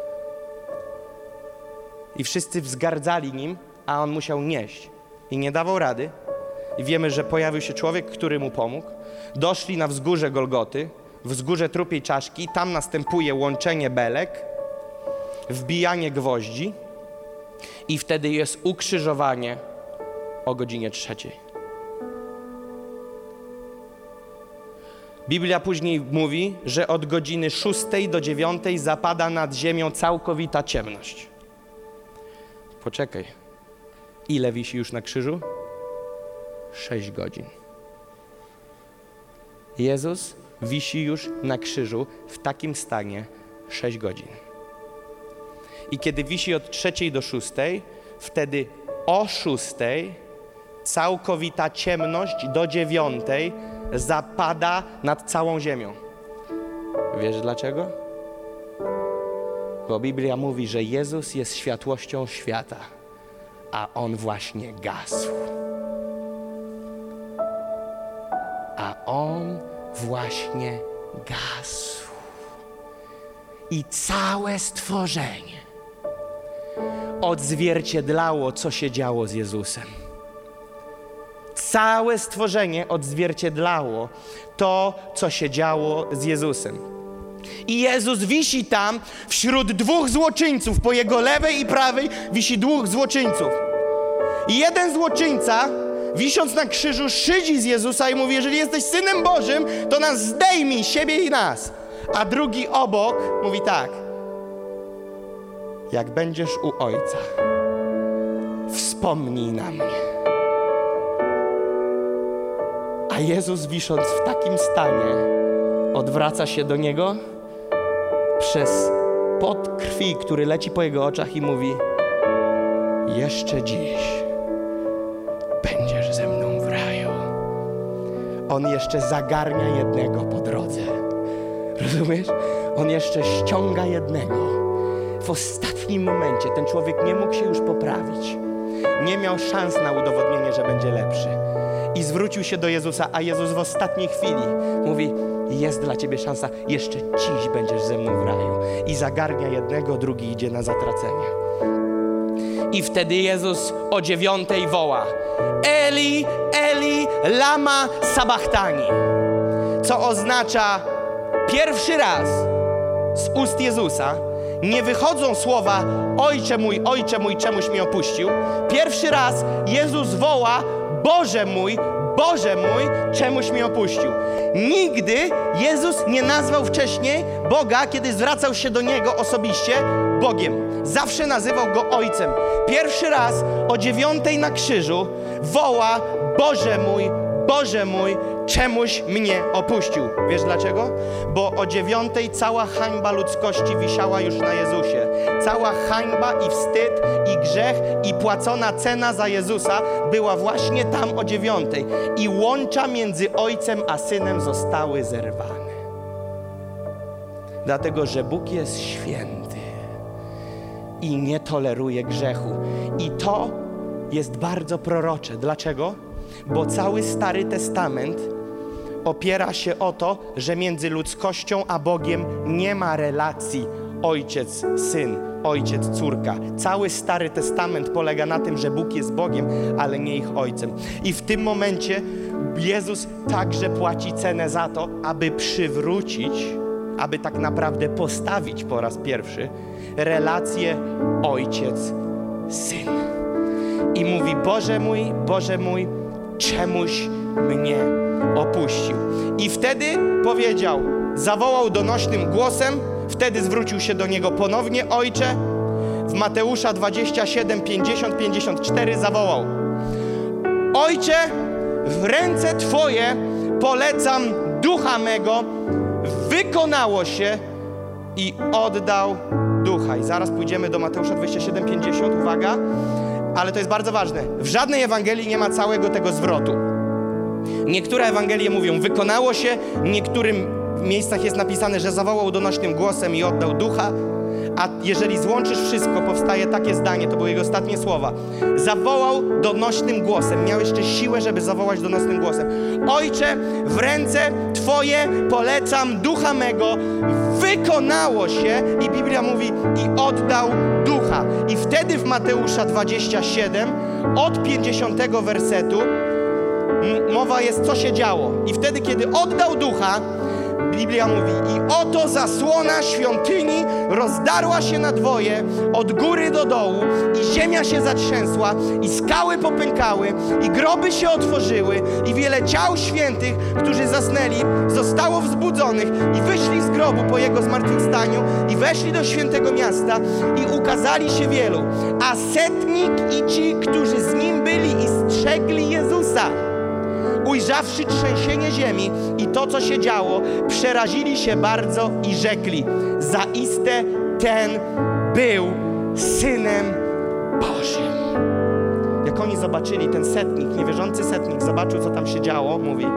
I wszyscy wzgardzali nim, a on musiał nieść. I nie dawał rady. I wiemy, że pojawił się człowiek, który mu pomógł. Doszli na wzgórze Golgoty, wzgórze trupiej czaszki. Tam następuje łączenie belek, wbijanie gwoździ i wtedy jest ukrzyżowanie o godzinie trzeciej. Biblia później mówi, że od godziny szóstej do dziewiątej zapada nad ziemią całkowita ciemność. Poczekaj, ile wisi już na krzyżu? Sześć godzin. Jezus wisi już na krzyżu w takim stanie sześć godzin. I kiedy wisi od trzeciej do szóstej, wtedy o szóstej całkowita ciemność do dziewiątej zapada nad całą ziemią. Wiesz dlaczego? Bo Biblia mówi, że Jezus jest światłością świata, a on właśnie gasł. A on właśnie gasł. I całe stworzenie odzwierciedlało, co się działo z Jezusem. Całe stworzenie odzwierciedlało to, co się działo z Jezusem. I Jezus wisi tam wśród dwóch złoczyńców. Po jego lewej i prawej wisi dwóch złoczyńców. I jeden złoczyńca, wisząc na krzyżu, szydzi z Jezusa i mówi: jeżeli jesteś Synem Bożym, to nas zdejmij, siebie i nas. A drugi obok mówi tak: jak będziesz u Ojca, wspomnij na mnie. A Jezus, wisząc w takim stanie, odwraca się do Niego przez pot krwi, który leci po Jego oczach i mówi: jeszcze dziś będziesz ze mną w raju. On jeszcze zagarnia jednego po drodze. Rozumiesz? On jeszcze ściąga jednego. W ostatnim momencie ten człowiek nie mógł się już poprawić. Nie miał szans na udowodnienie, że będzie lepszy. I zwrócił się do Jezusa, a Jezus w ostatniej chwili mówi: jest dla ciebie szansa, jeszcze dziś będziesz ze mną w raju. I zagarnia jednego, drugi idzie na zatracenie. I wtedy Jezus o dziewiątej woła: Eli, Eli, lama sabachthani. Co oznacza pierwszy raz z ust Jezusa nie wychodzą słowa: Ojcze mój, Ojcze mój, czemuś mnie opuścił. Pierwszy raz Jezus woła: Boże mój, Boże mój, czemuś mnie opuścił. Nigdy Jezus nie nazwał wcześniej Boga, kiedy zwracał się do Niego osobiście, Bogiem. Zawsze nazywał Go Ojcem. Pierwszy raz o dziewiątej na krzyżu woła: Boże mój, Boże mój, czemuś mnie opuścił. Wiesz dlaczego? Bo o dziewiątej cała hańba ludzkości wisiała już na Jezusie. Cała hańba i wstyd, i grzech, i płacona cena za Jezusa była właśnie tam o dziewiątej. I łącza między Ojcem a Synem zostały zerwane. Dlatego, że Bóg jest święty i nie toleruje grzechu. I to jest bardzo prorocze. Dlaczego? Bo cały Stary Testament opiera się o to, że między ludzkością a Bogiem nie ma relacji ojciec, syn, ojciec, córka. Cały Stary Testament polega na tym, że Bóg jest Bogiem, ale nie ich ojcem. I w tym momencie Jezus także płaci cenę za to, aby przywrócić, aby tak naprawdę postawić po raz pierwszy relację ojciec-syn. I mówi: Boże mój, Boże mój, czemuś mnie opuścił. I wtedy powiedział, zawołał donośnym głosem, wtedy zwrócił się do Niego ponownie: Ojcze. W Mateusza dwadzieścia siedem, pięćdziesiąt, pięćdziesiąt cztery zawołał: Ojcze, w ręce Twoje polecam ducha mego. Wykonało się i oddał ducha. I zaraz pójdziemy do Mateusza dwadzieścia siedem, pięćdziesiąt, uwaga. Ale to jest bardzo ważne. W żadnej Ewangelii nie ma całego tego zwrotu. Niektóre Ewangelie mówią: wykonało się, w niektórym miejscach jest napisane, że zawołał donośnym głosem i oddał ducha, a jeżeli złączysz wszystko, powstaje takie zdanie, to były jego ostatnie słowa: zawołał donośnym głosem. Miał jeszcze siłę, żeby zawołać donośnym głosem: Ojcze, w ręce Twoje polecam ducha mego. Wykonało się, i Biblia mówi: i oddał ducha. I wtedy w Mateusza dwadzieścia siedem od pięćdziesiątego wersetu m- mowa jest, co się działo. I wtedy, kiedy oddał ducha, Biblia mówi: i oto zasłona świątyni rozdarła się na dwoje od góry do dołu, i ziemia się zatrzęsła, i skały popękały, i groby się otworzyły, i wiele ciał świętych, którzy zasnęli, zostało wzbudzonych, i wyszli z grobu po Jego zmartwychwstaniu, i weszli do świętego miasta, i ukazali się wielu. A setnik i ci, którzy z Nim byli i strzegli Jezusa, ujrzawszy trzęsienie ziemi i to, co się działo, przerazili się bardzo i rzekli: zaiste ten był Synem Bożym. Jak oni zobaczyli, ten setnik, niewierzący setnik zobaczył, co tam się działo, mówi: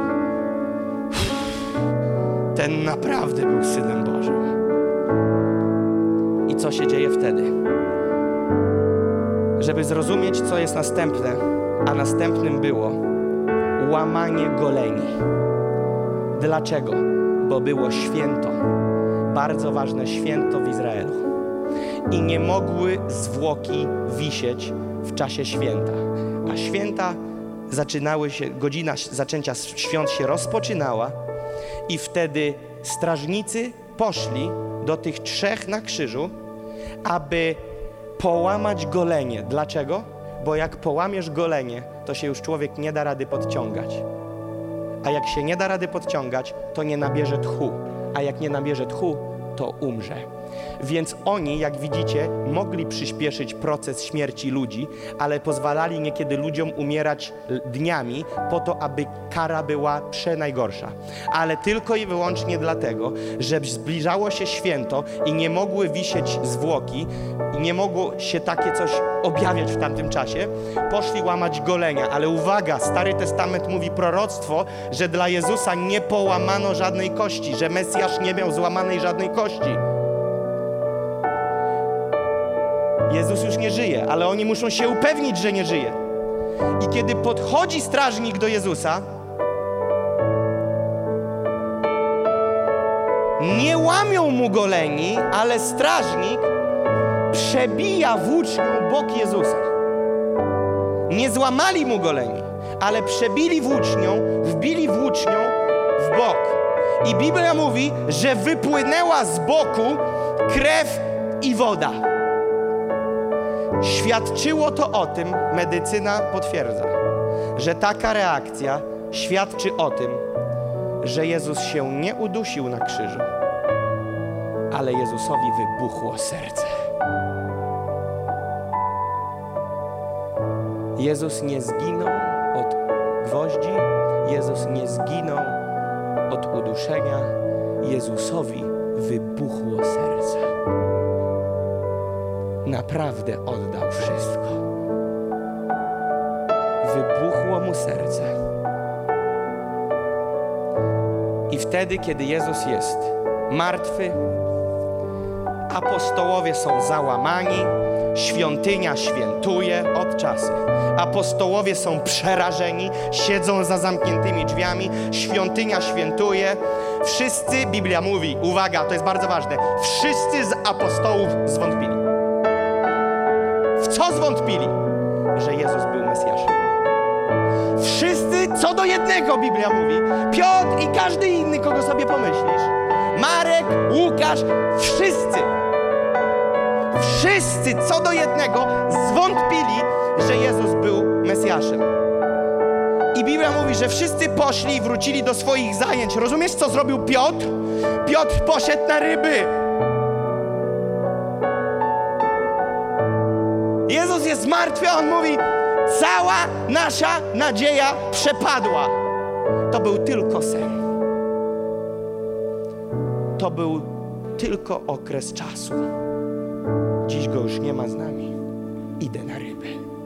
ten naprawdę był Synem Bożym. I co się dzieje wtedy? żeby zrozumieć, co jest następne, a następnym było łamanie goleni. Dlaczego? Bo było święto, bardzo ważne święto w Izraelu. I nie mogły zwłoki wisieć w czasie święta. A święta zaczynały się, godzina zaczęcia świąt się rozpoczynała i wtedy strażnicy poszli do tych trzech na krzyżu, aby połamać golenie. Dlaczego? Bo jak połamiesz golenie, to się już człowiek nie da rady podciągać. A jak się nie da rady podciągać, to nie nabierze tchu. A jak nie nabierze tchu, to umrze. Więc oni, jak widzicie, mogli przyspieszyć proces śmierci ludzi, ale pozwalali niekiedy ludziom umierać dniami po to, aby kara była przenajgorsza. Ale tylko i wyłącznie dlatego, że zbliżało się święto i nie mogły wisieć zwłoki i nie mogło się takie coś objawiać w tamtym czasie, poszli łamać golenia. Ale uwaga, Stary Testament mówi proroctwo, że dla Jezusa nie połamano żadnej kości, że Mesjasz nie miał złamanej żadnej kości. Jezus już nie żyje, ale oni muszą się upewnić, że nie żyje. I kiedy podchodzi strażnik do Jezusa, nie łamią mu goleni, ale strażnik przebija włócznią bok Jezusa. Nie złamali mu goleni, ale przebili włócznią, wbili włócznią w bok. I Biblia mówi, że wypłynęła z boku krew i woda. Świadczyło to o tym, medycyna potwierdza, że taka reakcja świadczy o tym, że Jezus się nie udusił na krzyżu, ale Jezusowi wybuchło serce. Jezus nie zginął od gwoździ, Jezus nie zginął od uduszenia, Jezusowi wybuchło serce. Naprawdę oddał wszystko. Wybuchło mu serce. I wtedy, kiedy Jezus jest martwy, apostołowie są załamani, świątynia świętuje od czasu. Apostołowie są przerażeni, siedzą za zamkniętymi drzwiami, świątynia świętuje. Wszyscy, Biblia mówi, uwaga, to jest bardzo ważne, wszyscy z apostołów zwątpili. W co zwątpili? Że Jezus był Mesjaszem. Wszyscy co do jednego, Biblia mówi. Piotr i każdy inny, kogo sobie pomyślisz. Marek, Łukasz, wszyscy. Wszyscy co do jednego zwątpili, że Jezus był Mesjaszem. I Biblia mówi, że wszyscy poszli i wrócili do swoich zajęć. Rozumiesz, co zrobił Piotr? Piotr poszedł na ryby. Jezus jest martwy, a on mówi, cała nasza nadzieja przepadła. To był tylko sen. To był tylko okres czasu. Dziś go już nie ma z nami. Idę na ryby.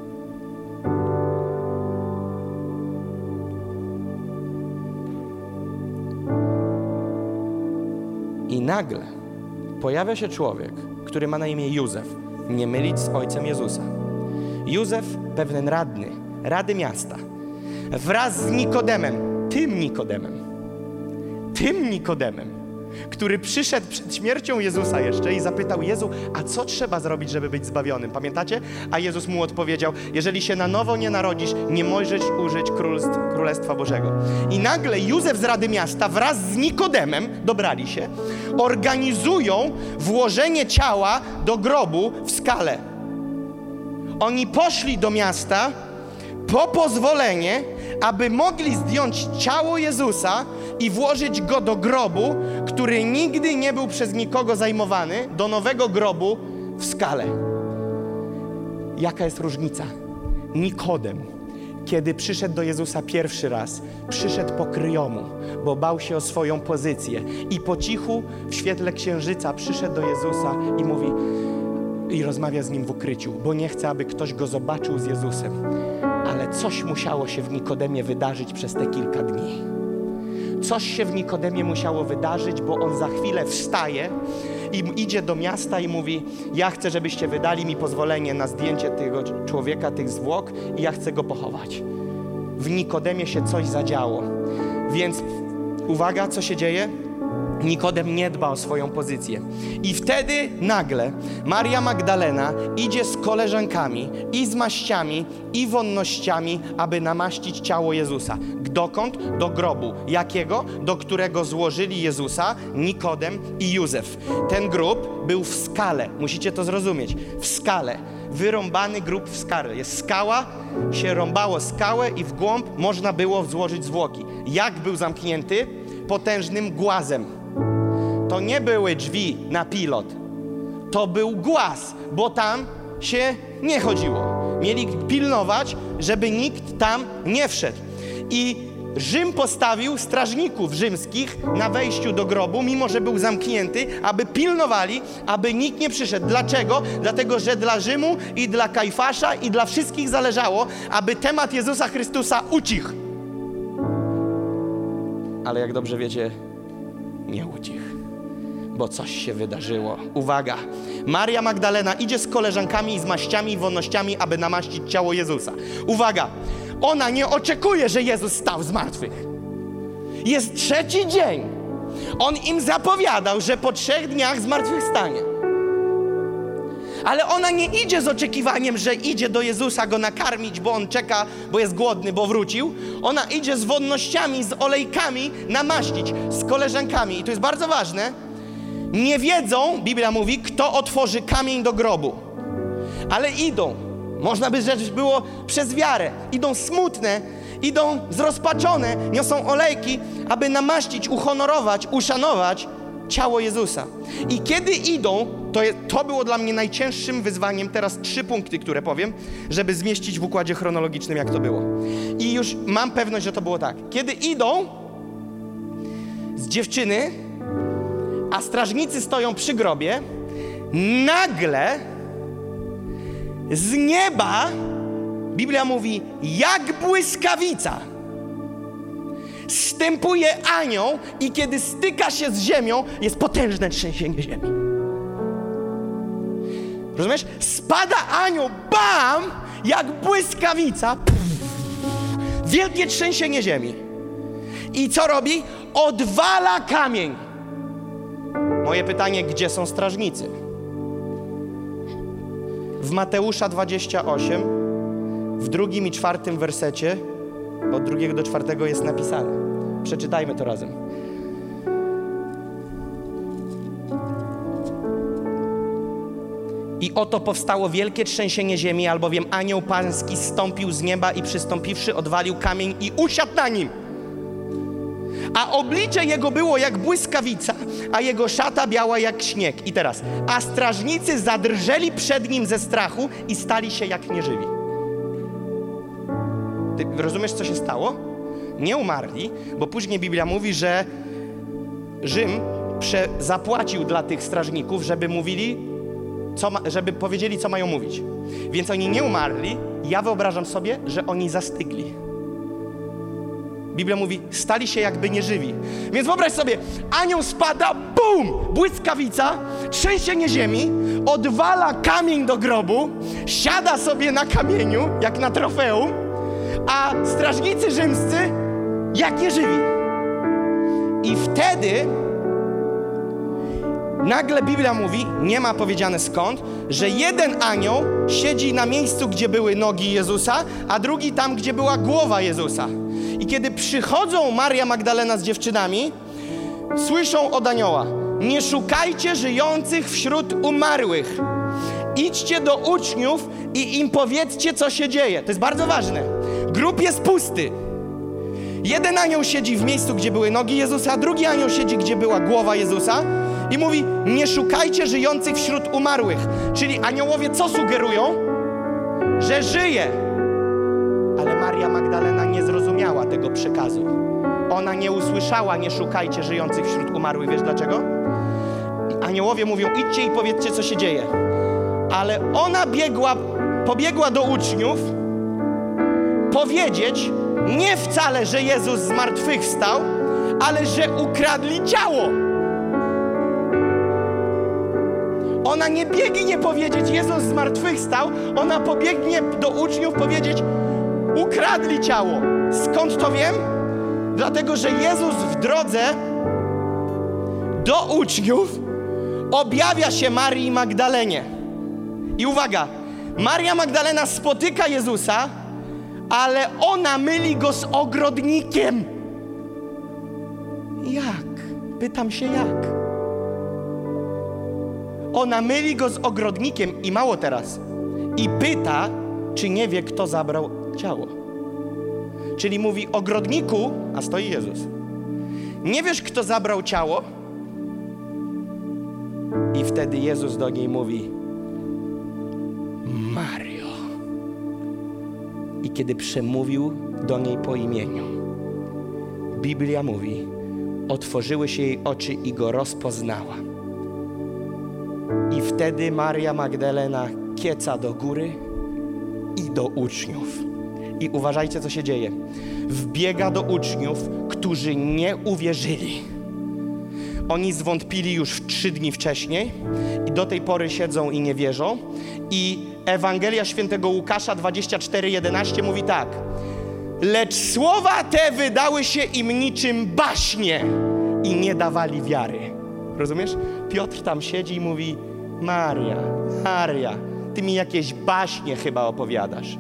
I nagle pojawia się człowiek, który ma na imię Józef. Nie mylić z ojcem Jezusa. Józef, pewien radny, Rady Miasta, wraz z Nikodemem, tym Nikodemem, tym Nikodemem, który przyszedł przed śmiercią Jezusa jeszcze i zapytał: Jezu, a co trzeba zrobić, żeby być zbawionym? Pamiętacie? A Jezus mu odpowiedział: jeżeli się na nowo nie narodzisz, nie możesz użyć królestw, Królestwa Bożego. I nagle Józef z Rady Miasta wraz z Nikodemem dobrali się, organizują włożenie ciała do grobu w skale. Oni poszli do miasta po pozwolenie, aby mogli zdjąć ciało Jezusa i włożyć go do grobu, który nigdy nie był przez nikogo zajmowany, do nowego grobu w skale. Jaka jest różnica? Nikodem, kiedy przyszedł do Jezusa pierwszy raz, przyszedł po kryjomu, bo bał się o swoją pozycję i po cichu w świetle księżyca przyszedł do Jezusa i mówi, i rozmawia z nim w ukryciu, bo nie chce, aby ktoś go zobaczył z Jezusem. Ale coś musiało się w Nikodemie wydarzyć przez te kilka dni. Coś się w Nikodemie musiało wydarzyć, bo on za chwilę wstaje i idzie do miasta i mówi: ja chcę, żebyście wydali mi pozwolenie na zdjęcie tego człowieka, tych zwłok i ja chcę go pochować. W Nikodemie się coś zadziało. Więc uwaga, co się dzieje? Nikodem nie dba o swoją pozycję. I wtedy nagle Maria Magdalena idzie z koleżankami i z maściami i wonnościami, aby namaścić ciało Jezusa. Dokąd? Do grobu. Jakiego? Do którego złożyli Jezusa Nikodem i Józef. Ten grób był w skale. Musicie to zrozumieć. W skale. Wyrąbany grób w skale. Jest skała, się rąbało skałę i w głąb można było złożyć zwłoki. Jak był zamknięty? Potężnym głazem. To nie były drzwi na pilot. To był głaz, bo tam się nie chodziło. Mieli pilnować, żeby nikt tam nie wszedł. I Rzym postawił strażników rzymskich na wejściu do grobu, mimo że był zamknięty, aby pilnowali, aby nikt nie przyszedł. Dlaczego? Dlatego, że dla Rzymu i dla Kajfasza i dla wszystkich zależało, aby temat Jezusa Chrystusa ucichł. Ale jak dobrze wiecie, nie ucichł, bo coś się wydarzyło. Uwaga! Maria Magdalena idzie z koleżankami, z maściami i wonnościami, aby namaścić ciało Jezusa. Uwaga! Ona nie oczekuje, że Jezus stał z martwych. Jest trzeci dzień. On im zapowiadał, że po trzech dniach zmartwychwstanie. Ale ona nie idzie z oczekiwaniem, że idzie do Jezusa go nakarmić, bo on czeka, bo jest głodny, bo wrócił. Ona idzie z wonnościami, z olejkami namaścić, z koleżankami. I to jest bardzo ważne. Nie wiedzą, Biblia mówi, kto otworzy kamień do grobu. Ale idą. Można by rzecz było przez wiarę. Idą smutne, idą zrozpaczone, niosą olejki, aby namaścić, uhonorować, uszanować ciało Jezusa. I kiedy idą, to, je, to było dla mnie najcięższym wyzwaniem, teraz trzy punkty, które powiem, żeby zmieścić w układzie chronologicznym, jak to było. I już mam pewność, że to było tak. Kiedy idą z dziewczyny, a strażnicy stoją przy grobie, nagle z nieba, Biblia mówi, jak błyskawica, zstępuje anioł i kiedy styka się z ziemią, jest potężne trzęsienie ziemi. Rozumiesz? Spada anioł, bam, jak błyskawica, pff, wielkie trzęsienie ziemi. I co robi? Odwala kamień. Moje pytanie, gdzie są strażnicy? W Mateusza dwadzieścia osiem, w drugim i czwartym wersecie, od drugiego do czwartego jest napisane. Przeczytajmy to razem. I oto powstało wielkie trzęsienie ziemi, albowiem anioł pański zstąpił z nieba i przystąpiwszy odwalił kamień i usiadł na nim. A oblicze jego było jak błyskawica, a jego szata biała jak śnieg. I teraz, a strażnicy zadrżeli przed nim ze strachu i stali się jak nieżywi. Ty rozumiesz, co się stało? Nie umarli, bo później Biblia mówi, że Rzym prze- zapłacił dla tych strażników, żeby mówili, co ma- żeby powiedzieli, co mają mówić. Więc oni nie umarli. Ja wyobrażam sobie, że oni zastygli. Biblia mówi, stali się jakby nieżywi. Więc wyobraź sobie, anioł spada, bum, błyskawica, trzęsienie ziemi, odwala kamień do grobu, siada sobie na kamieniu, jak na trofeum, a strażnicy rzymscy jak nieżywi. I wtedy nagle Biblia mówi, nie ma powiedziane skąd, że jeden anioł siedzi na miejscu, gdzie były nogi Jezusa, a drugi tam, gdzie była głowa Jezusa. I kiedy przychodzą Maria Magdalena z dziewczynami, słyszą od anioła, nie szukajcie żyjących wśród umarłych. Idźcie do uczniów i im powiedzcie, co się dzieje. To jest bardzo ważne. Grób jest pusty. Jeden anioł siedzi w miejscu, gdzie były nogi Jezusa, a drugi anioł siedzi, gdzie była głowa Jezusa i mówi, nie szukajcie żyjących wśród umarłych. Czyli aniołowie co sugerują? Że żyje. Ale Maria Magdalena nie zrozumiała tego przekazu. Ona nie usłyszała, nie szukajcie żyjących wśród umarłych. Wiesz dlaczego? Aniołowie mówią, idźcie i powiedzcie, co się dzieje. Ale ona biegła, pobiegła do uczniów powiedzieć nie wcale, że Jezus zmartwychwstał, ale że ukradli ciało. Ona nie biegnie powiedzieć, Jezus zmartwychwstał, ona pobiegnie do uczniów powiedzieć, ukradli ciało. Skąd to wiem? Dlatego, że Jezus w drodze do uczniów objawia się Marii Magdalenie. I uwaga, Maria Magdalena spotyka Jezusa, ale ona myli go z ogrodnikiem. Jak? Pytam się jak? Ona myli go z ogrodnikiem i mało teraz. I pyta, czy nie wie, kto zabrał ciało. Czyli mówi, ogrodniku, a stoi Jezus. Nie wiesz, kto zabrał ciało? I wtedy Jezus do niej mówi, Mario. I kiedy przemówił do niej po imieniu, Biblia mówi, otworzyły się jej oczy i go rozpoznała. I wtedy Maria Magdalena kieca do góry i do uczniów. I uważajcie, co się dzieje. Wbiega do uczniów, którzy nie uwierzyli. Oni zwątpili już w trzy dni wcześniej i do tej pory siedzą i nie wierzą. I Ewangelia Świętego Łukasza dwadzieścia cztery jedenaście mówi tak. Lecz słowa te wydały się im niczym baśnie i nie dawali wiary. Rozumiesz? Piotr tam siedzi i mówi, Maria, Maria, ty mi jakieś baśnie chyba opowiadasz.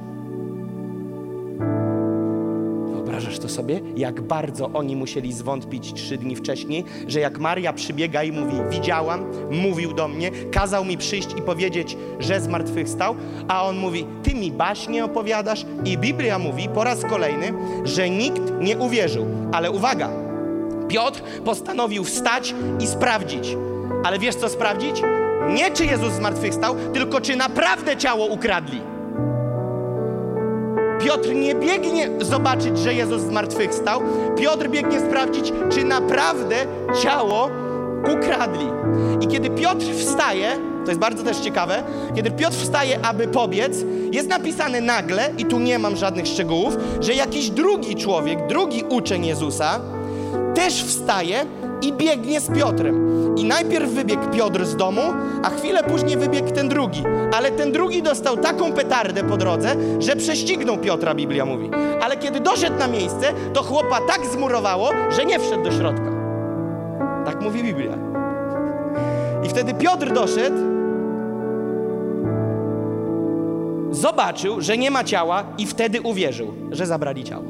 Wyobrażasz to sobie? Jak bardzo oni musieli zwątpić trzy dni wcześniej, że jak Maria przybiega i mówi, widziałam, mówił do mnie, kazał mi przyjść i powiedzieć, że zmartwychwstał, a on mówi, ty mi baśnie opowiadasz? I Biblia mówi po raz kolejny, że nikt nie uwierzył. Ale uwaga, Piotr postanowił wstać i sprawdzić. Ale wiesz co sprawdzić? Nie czy Jezus zmartwychwstał, tylko czy naprawdę ciało ukradli. Piotr nie biegnie zobaczyć, że Jezus zmartwychwstał. Piotr biegnie sprawdzić, czy naprawdę ciało ukradli. I kiedy Piotr wstaje, to jest bardzo też ciekawe, kiedy Piotr wstaje, aby pobiec, jest napisane nagle, i tu nie mam żadnych szczegółów, że jakiś drugi człowiek, drugi uczeń Jezusa też wstaje i biegnie z Piotrem. I najpierw wybiegł Piotr z domu, a chwilę później wybiegł ten drugi. Ale ten drugi dostał taką petardę po drodze, że prześcignął Piotra, Biblia mówi. Ale kiedy doszedł na miejsce, to chłopa tak zmurowało, że nie wszedł do środka. Tak mówi Biblia. I wtedy Piotr doszedł, zobaczył, że nie ma ciała i wtedy uwierzył, że zabrali ciało.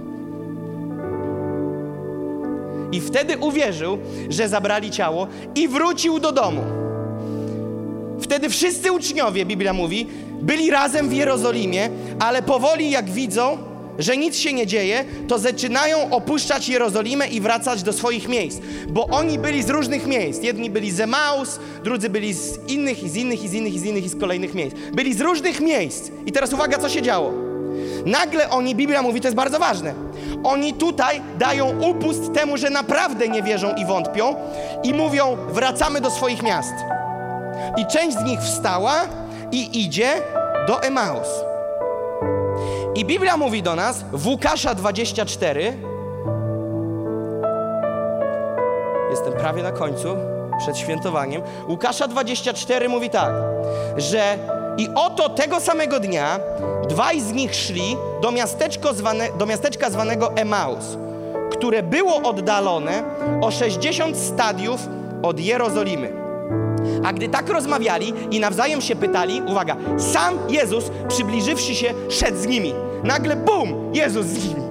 I wtedy uwierzył, że zabrali ciało i wrócił do domu. Wtedy wszyscy uczniowie, Biblia mówi, byli razem w Jerozolimie, ale powoli jak widzą, że nic się nie dzieje, to zaczynają opuszczać Jerozolimę i wracać do swoich miejsc. Bo oni byli z różnych miejsc. Jedni byli z Emaus, drudzy byli z innych i z innych i z innych i z innych i z kolejnych miejsc. Byli z różnych miejsc. I teraz uwaga, co się działo. Nagle oni, Biblia mówi, to jest bardzo ważne, oni tutaj dają upust temu, że naprawdę nie wierzą i wątpią i mówią, wracamy do swoich miast. I część z nich wstała i idzie do Emaus. I Biblia mówi do nas w Łukasza dwadzieścia cztery, jestem prawie na końcu, przed świętowaniem, Łukasza dwadzieścia cztery mówi tak, że i oto tego samego dnia dwaj z nich szli do, miasteczko zwane, do miasteczka zwanego Emaus, które było oddalone o sześćdziesiąt stadiów od Jerozolimy. A gdy tak rozmawiali i nawzajem się pytali, uwaga, sam Jezus, przybliżywszy się, szedł z nimi. Nagle bum, Jezus z nimi.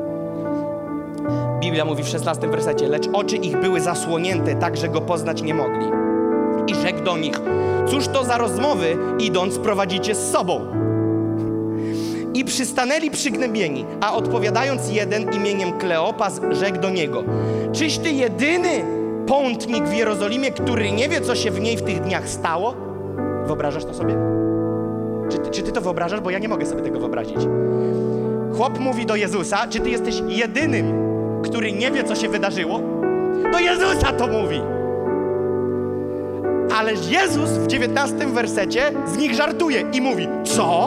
Biblia mówi w szesnastym wersecie, lecz oczy ich były zasłonięte, tak, że go poznać nie mogli. I rzekł do nich, cóż to za rozmowy, idąc prowadzicie z sobą? I przystanęli przygnębieni, a odpowiadając jeden imieniem Kleopas, rzekł do niego, czyś ty jedyny pątnik w Jerozolimie, który nie wie, co się w niej w tych dniach stało? Wyobrażasz to sobie? Czy ty, czy ty to wyobrażasz? Bo ja nie mogę sobie tego wyobrazić. Chłop mówi do Jezusa, czy ty jesteś jedynym, który nie wie, co się wydarzyło? Do Jezusa to mówi. Ale Jezus w dziewiętnastym wersecie z nich żartuje i mówi, co?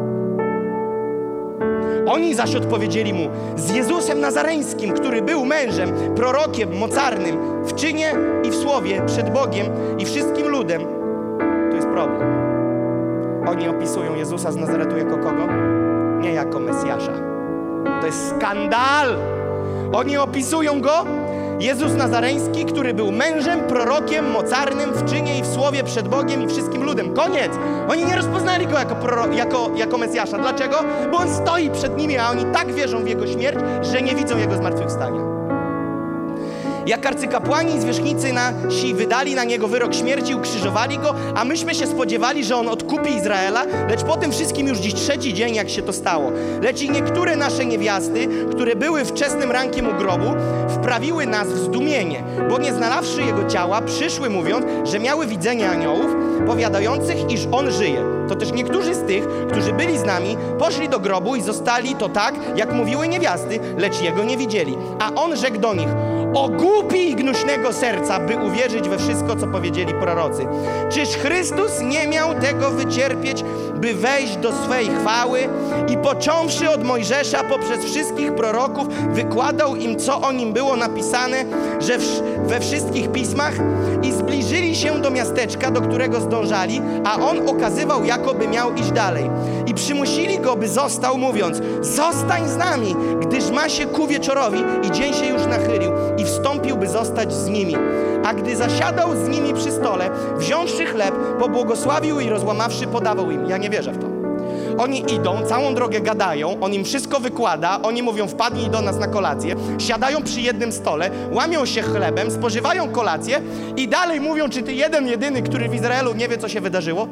Oni zaś odpowiedzieli mu, z Jezusem Nazareńskim, który był mężem, prorokiem, mocarnym, w czynie i w słowie, przed Bogiem i wszystkim ludem. To jest problem. Oni opisują Jezusa z Nazaretu jako kogo? Nie jako Mesjasza. To jest skandal! Oni opisują Go, Jezus Nazareński, który był mężem, prorokiem, mocarnym w czynie i w słowie przed Bogiem i wszystkim ludem. Koniec! Oni nie rozpoznali Go jako, proro- jako, jako Mesjasza. Dlaczego? Bo On stoi przed nimi, a oni tak wierzą w Jego śmierć, że nie widzą Jego zmartwychwstania. Jak arcykapłani i zwierzchnicy nasi wydali na Niego wyrok śmierci, ukrzyżowali Go, a myśmy się spodziewali, że On odkupi Izraela, lecz po tym wszystkim już dziś trzeci dzień, jak się to stało. Lecz i niektóre nasze niewiasty, które były wczesnym rankiem u grobu, wprawiły nas w zdumienie, bo nie znalazłszy Jego ciała, przyszły mówiąc, że miały widzenie aniołów, powiadających, iż On żyje. To też niektórzy z tych, którzy byli z nami, poszli do grobu i zostali to tak, jak mówiły niewiasty, lecz Jego nie widzieli. A On rzekł do nich: o głupi i gnuśnego serca, by uwierzyć we wszystko, co powiedzieli prorocy. Czyż Chrystus nie miał tego wycierpieć, by wejść do swej chwały? I począwszy od Mojżesza poprzez wszystkich proroków, wykładał im, co o Nim było napisane, że w, we wszystkich pismach, i zbliżyli się do miasteczka, do którego zdążali, a On okazywał, jakoby miał iść dalej. I przymusili Go, by został, mówiąc: zostań z nami, gdyż ma się ku wieczorowi i dzień się już nachylił. I wstąpił, by zostać z nimi. A gdy zasiadał z nimi przy stole, wziąwszy chleb, pobłogosławił i rozłamawszy, podawał im. Ja nie wierzę w to. Oni idą, całą drogę gadają, On im wszystko wykłada, oni mówią: wpadnij do nas na kolację, siadają przy jednym stole, łamią się chlebem, spożywają kolację i dalej mówią: czy ty jeden, jedyny, który w Izraelu nie wie, co się wydarzyło?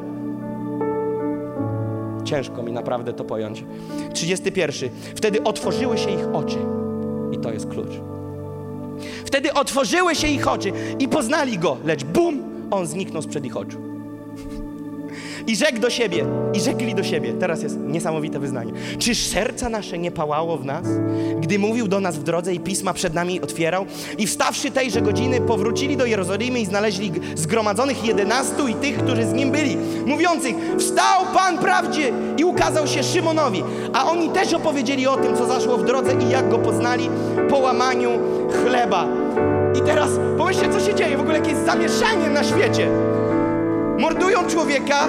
Ciężko mi naprawdę to pojąć. trzydziesty pierwszy. Wtedy otworzyły się ich oczy. I to jest klucz. Wtedy otworzyły się ich oczy i poznali Go, lecz bum, On zniknął sprzed ich oczu. I rzekł do siebie, i rzekli do siebie, teraz jest niesamowite wyznanie: czyż serca nasze nie pałało w nas, gdy mówił do nas w drodze i pisma przed nami otwierał? I wstawszy tejże godziny, powrócili do Jerozolimy i znaleźli zgromadzonych jedenastu i tych, którzy z Nim byli, mówiących: wstał Pan prawdzie, i ukazał się Szymonowi. A oni też opowiedzieli o tym, co zaszło w drodze i jak Go poznali po łamaniu chleba. I teraz pomyślcie, co się dzieje, w ogóle jakieś zamieszanie na świecie. Mordują człowieka,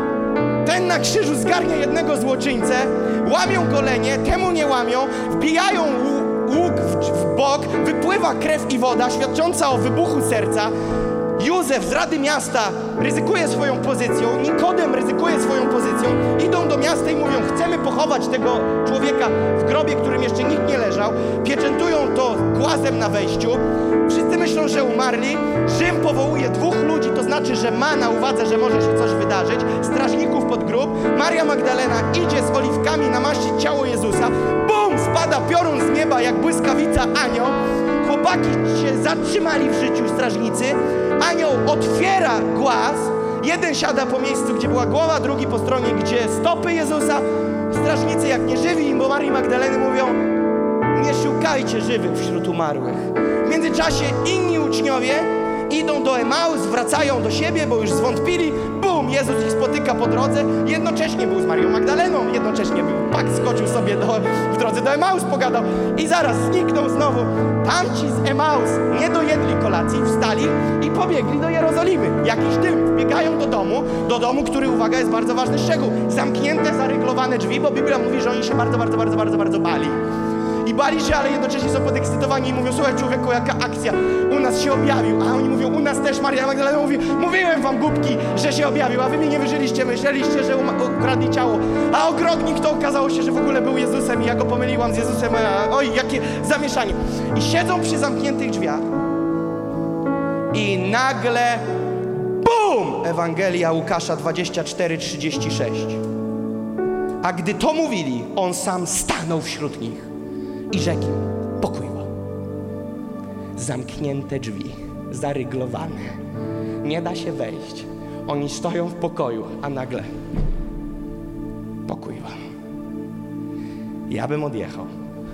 ten na krzyżu zgarnia jednego złoczyńcę, łamią golenie, temu nie łamią, wbijają łuk w, w bok, wypływa krew i woda świadcząca o wybuchu serca. Józef z Rady Miasta ryzykuje swoją pozycją, Nikodem ryzykuje swoją pozycją, idą do miasta i mówią: chcemy pochować tego człowieka w grobie, którym jeszcze nikt nie leżał, pieczętują to głazem na wejściu. Wszyscy myślą, że umarli. Rzym powołuje dwóch ludzi, to znaczy, że ma na uwadze, że może się coś wydarzyć, strażników pod grób. Maria Magdalena idzie z oliwkami namaścić ciało Jezusa. Bum! Spada piorun z nieba jak błyskawica, anioł. Chłopaki się zatrzymali w życiu, strażnicy. Anioł otwiera głaz. Jeden siada po miejscu, gdzie była głowa, drugi po stronie, gdzie stopy Jezusa. Strażnicy jak nieżywi, bo Marii Magdaleny mówią: nie szukajcie żywych wśród umarłych. W międzyczasie inni uczniowie idą do Emaus, wracają do siebie, bo już zwątpili. Bum! Jezus ich spotyka po drodze. Jednocześnie był z Marią Magdaleną, jednocześnie był Pak, skoczył sobie do, w drodze do Emaus, pogadał i zaraz zniknął znowu. Tamci z Emaus nie dojedli kolacji, wstali i pobiegli do Jerozolimy. Jakiś dym. Wbiegają do domu, do domu, który, uwaga, jest bardzo ważny szczegół. Zamknięte, zaryglowane drzwi, bo Biblia mówi, że oni się bardzo, bardzo, bardzo, bardzo, bardzo bali. I bali się, ale jednocześnie są podekscytowani i mówią: słuchaj człowieku, jaka akcja, u nas się objawił. A oni mówią: u nas też. Maria Magdalena mówi: mówiłem wam, głupki, że się objawił, a wy mi nie wierzyliście, myśleliście, że ukradli ciało. A ogrodnik to okazało się, że w ogóle był Jezusem i ja go pomyliłam z Jezusem. A, oj, jakie zamieszanie. I siedzą przy zamkniętych drzwiach i nagle bum! Ewangelia Łukasza dwadzieścia cztery, trzydzieści sześć. A gdy to mówili, On sam stanął wśród nich i rzekł im: pokój wam. Zamknięte drzwi, zaryglowane. Nie da się wejść. Oni stoją w pokoju, a nagle: pokój wam. Ja bym odjechał.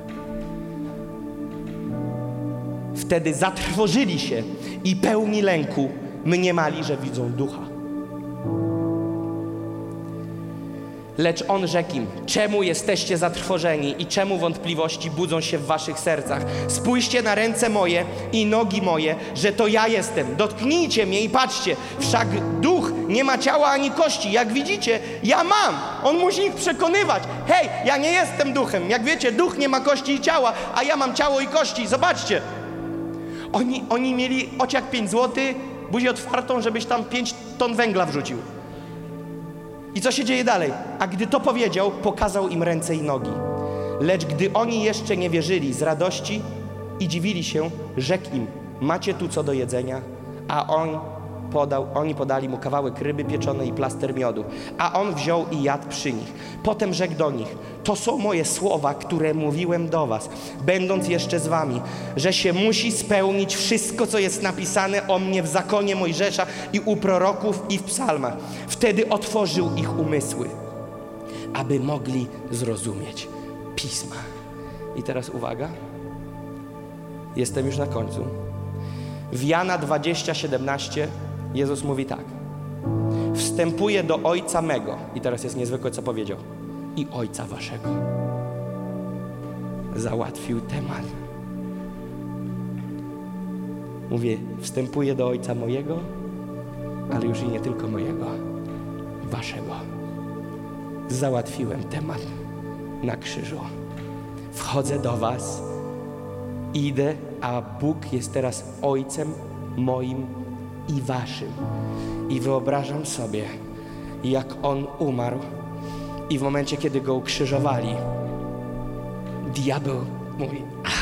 Wtedy zatrwożyli się i pełni lęku mniemali, że widzą ducha. Lecz On rzekł im: czemu jesteście zatrwożeni i czemu wątpliwości budzą się w waszych sercach? Spójrzcie na ręce moje i nogi moje, że to ja jestem. Dotknijcie mnie i patrzcie, wszak duch nie ma ciała ani kości. Jak widzicie, ja mam. On musi ich przekonywać. Hej, ja nie jestem duchem. Jak wiecie, duch nie ma kości i ciała, a ja mam ciało i kości. Zobaczcie. Oni, oni mieli oczy jak pięć złotych, buzię otwartą, żebyś tam pięć ton węgla wrzucił. I co się dzieje dalej? A gdy to powiedział, pokazał im ręce i nogi. Lecz gdy oni jeszcze nie wierzyli z radości i dziwili się, rzekł im: macie tu co do jedzenia? A on podał, oni podali mu kawałek ryby pieczonej i plaster miodu. A on wziął i jadł przy nich. Potem rzekł do nich: to są moje słowa, które mówiłem do was, będąc jeszcze z wami, że się musi spełnić wszystko, co jest napisane o mnie w zakonie Mojżesza i u proroków i w psalmach. Wtedy otworzył ich umysły, aby mogli zrozumieć Pisma. I teraz uwaga, jestem już na końcu. W Jana dwadzieścia siedemnaście Jezus mówi tak: wstępuję do Ojca mego, i teraz jest niezwykłe, co powiedział, i Ojca waszego. Załatwił temat. Mówię, wstępuję do Ojca mojego, ale już i nie tylko mojego, waszego. Załatwiłem temat na krzyżu. Wchodzę do was, idę, a Bóg jest teraz Ojcem moim i waszym. I wyobrażam sobie, jak On umarł i w momencie, kiedy Go ukrzyżowali, diabeł mówi: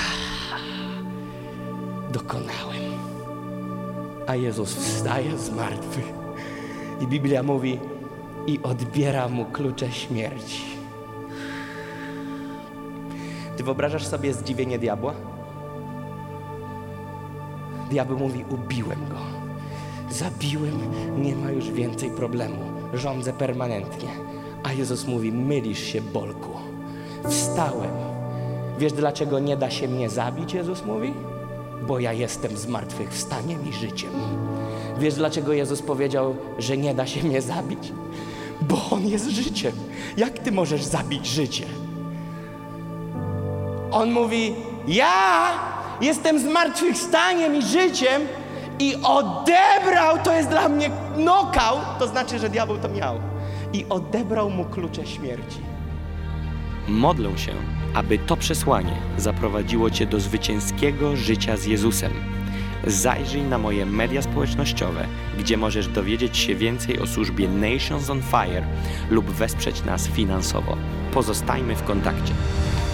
dokonałem. A Jezus wstaje z martwych i Biblia mówi: i odbiera mu klucze śmierci. Ty wyobrażasz sobie zdziwienie diabła? Diabeł mówi: ubiłem go, zabiłem, nie ma już więcej problemu, rządzę permanentnie. A Jezus mówi: mylisz się, Bolku, wstałem. Wiesz, dlaczego nie da się mnie zabić? Jezus mówi: bo ja jestem zmartwychwstaniem i życiem. Wiesz, dlaczego Jezus powiedział, że nie da się mnie zabić? Bo On jest życiem. Jak ty możesz zabić życie? On mówi: ja jestem zmartwychwstaniem i życiem, i odebrał, to jest dla mnie knockout, to znaczy, że diabeł to miał, i odebrał mu klucze śmierci. Modlę się, aby to przesłanie zaprowadziło cię do zwycięskiego życia z Jezusem. Zajrzyj na moje media społecznościowe, gdzie możesz dowiedzieć się więcej o służbie Nations on Fire lub wesprzeć nas finansowo. Pozostajmy w kontakcie.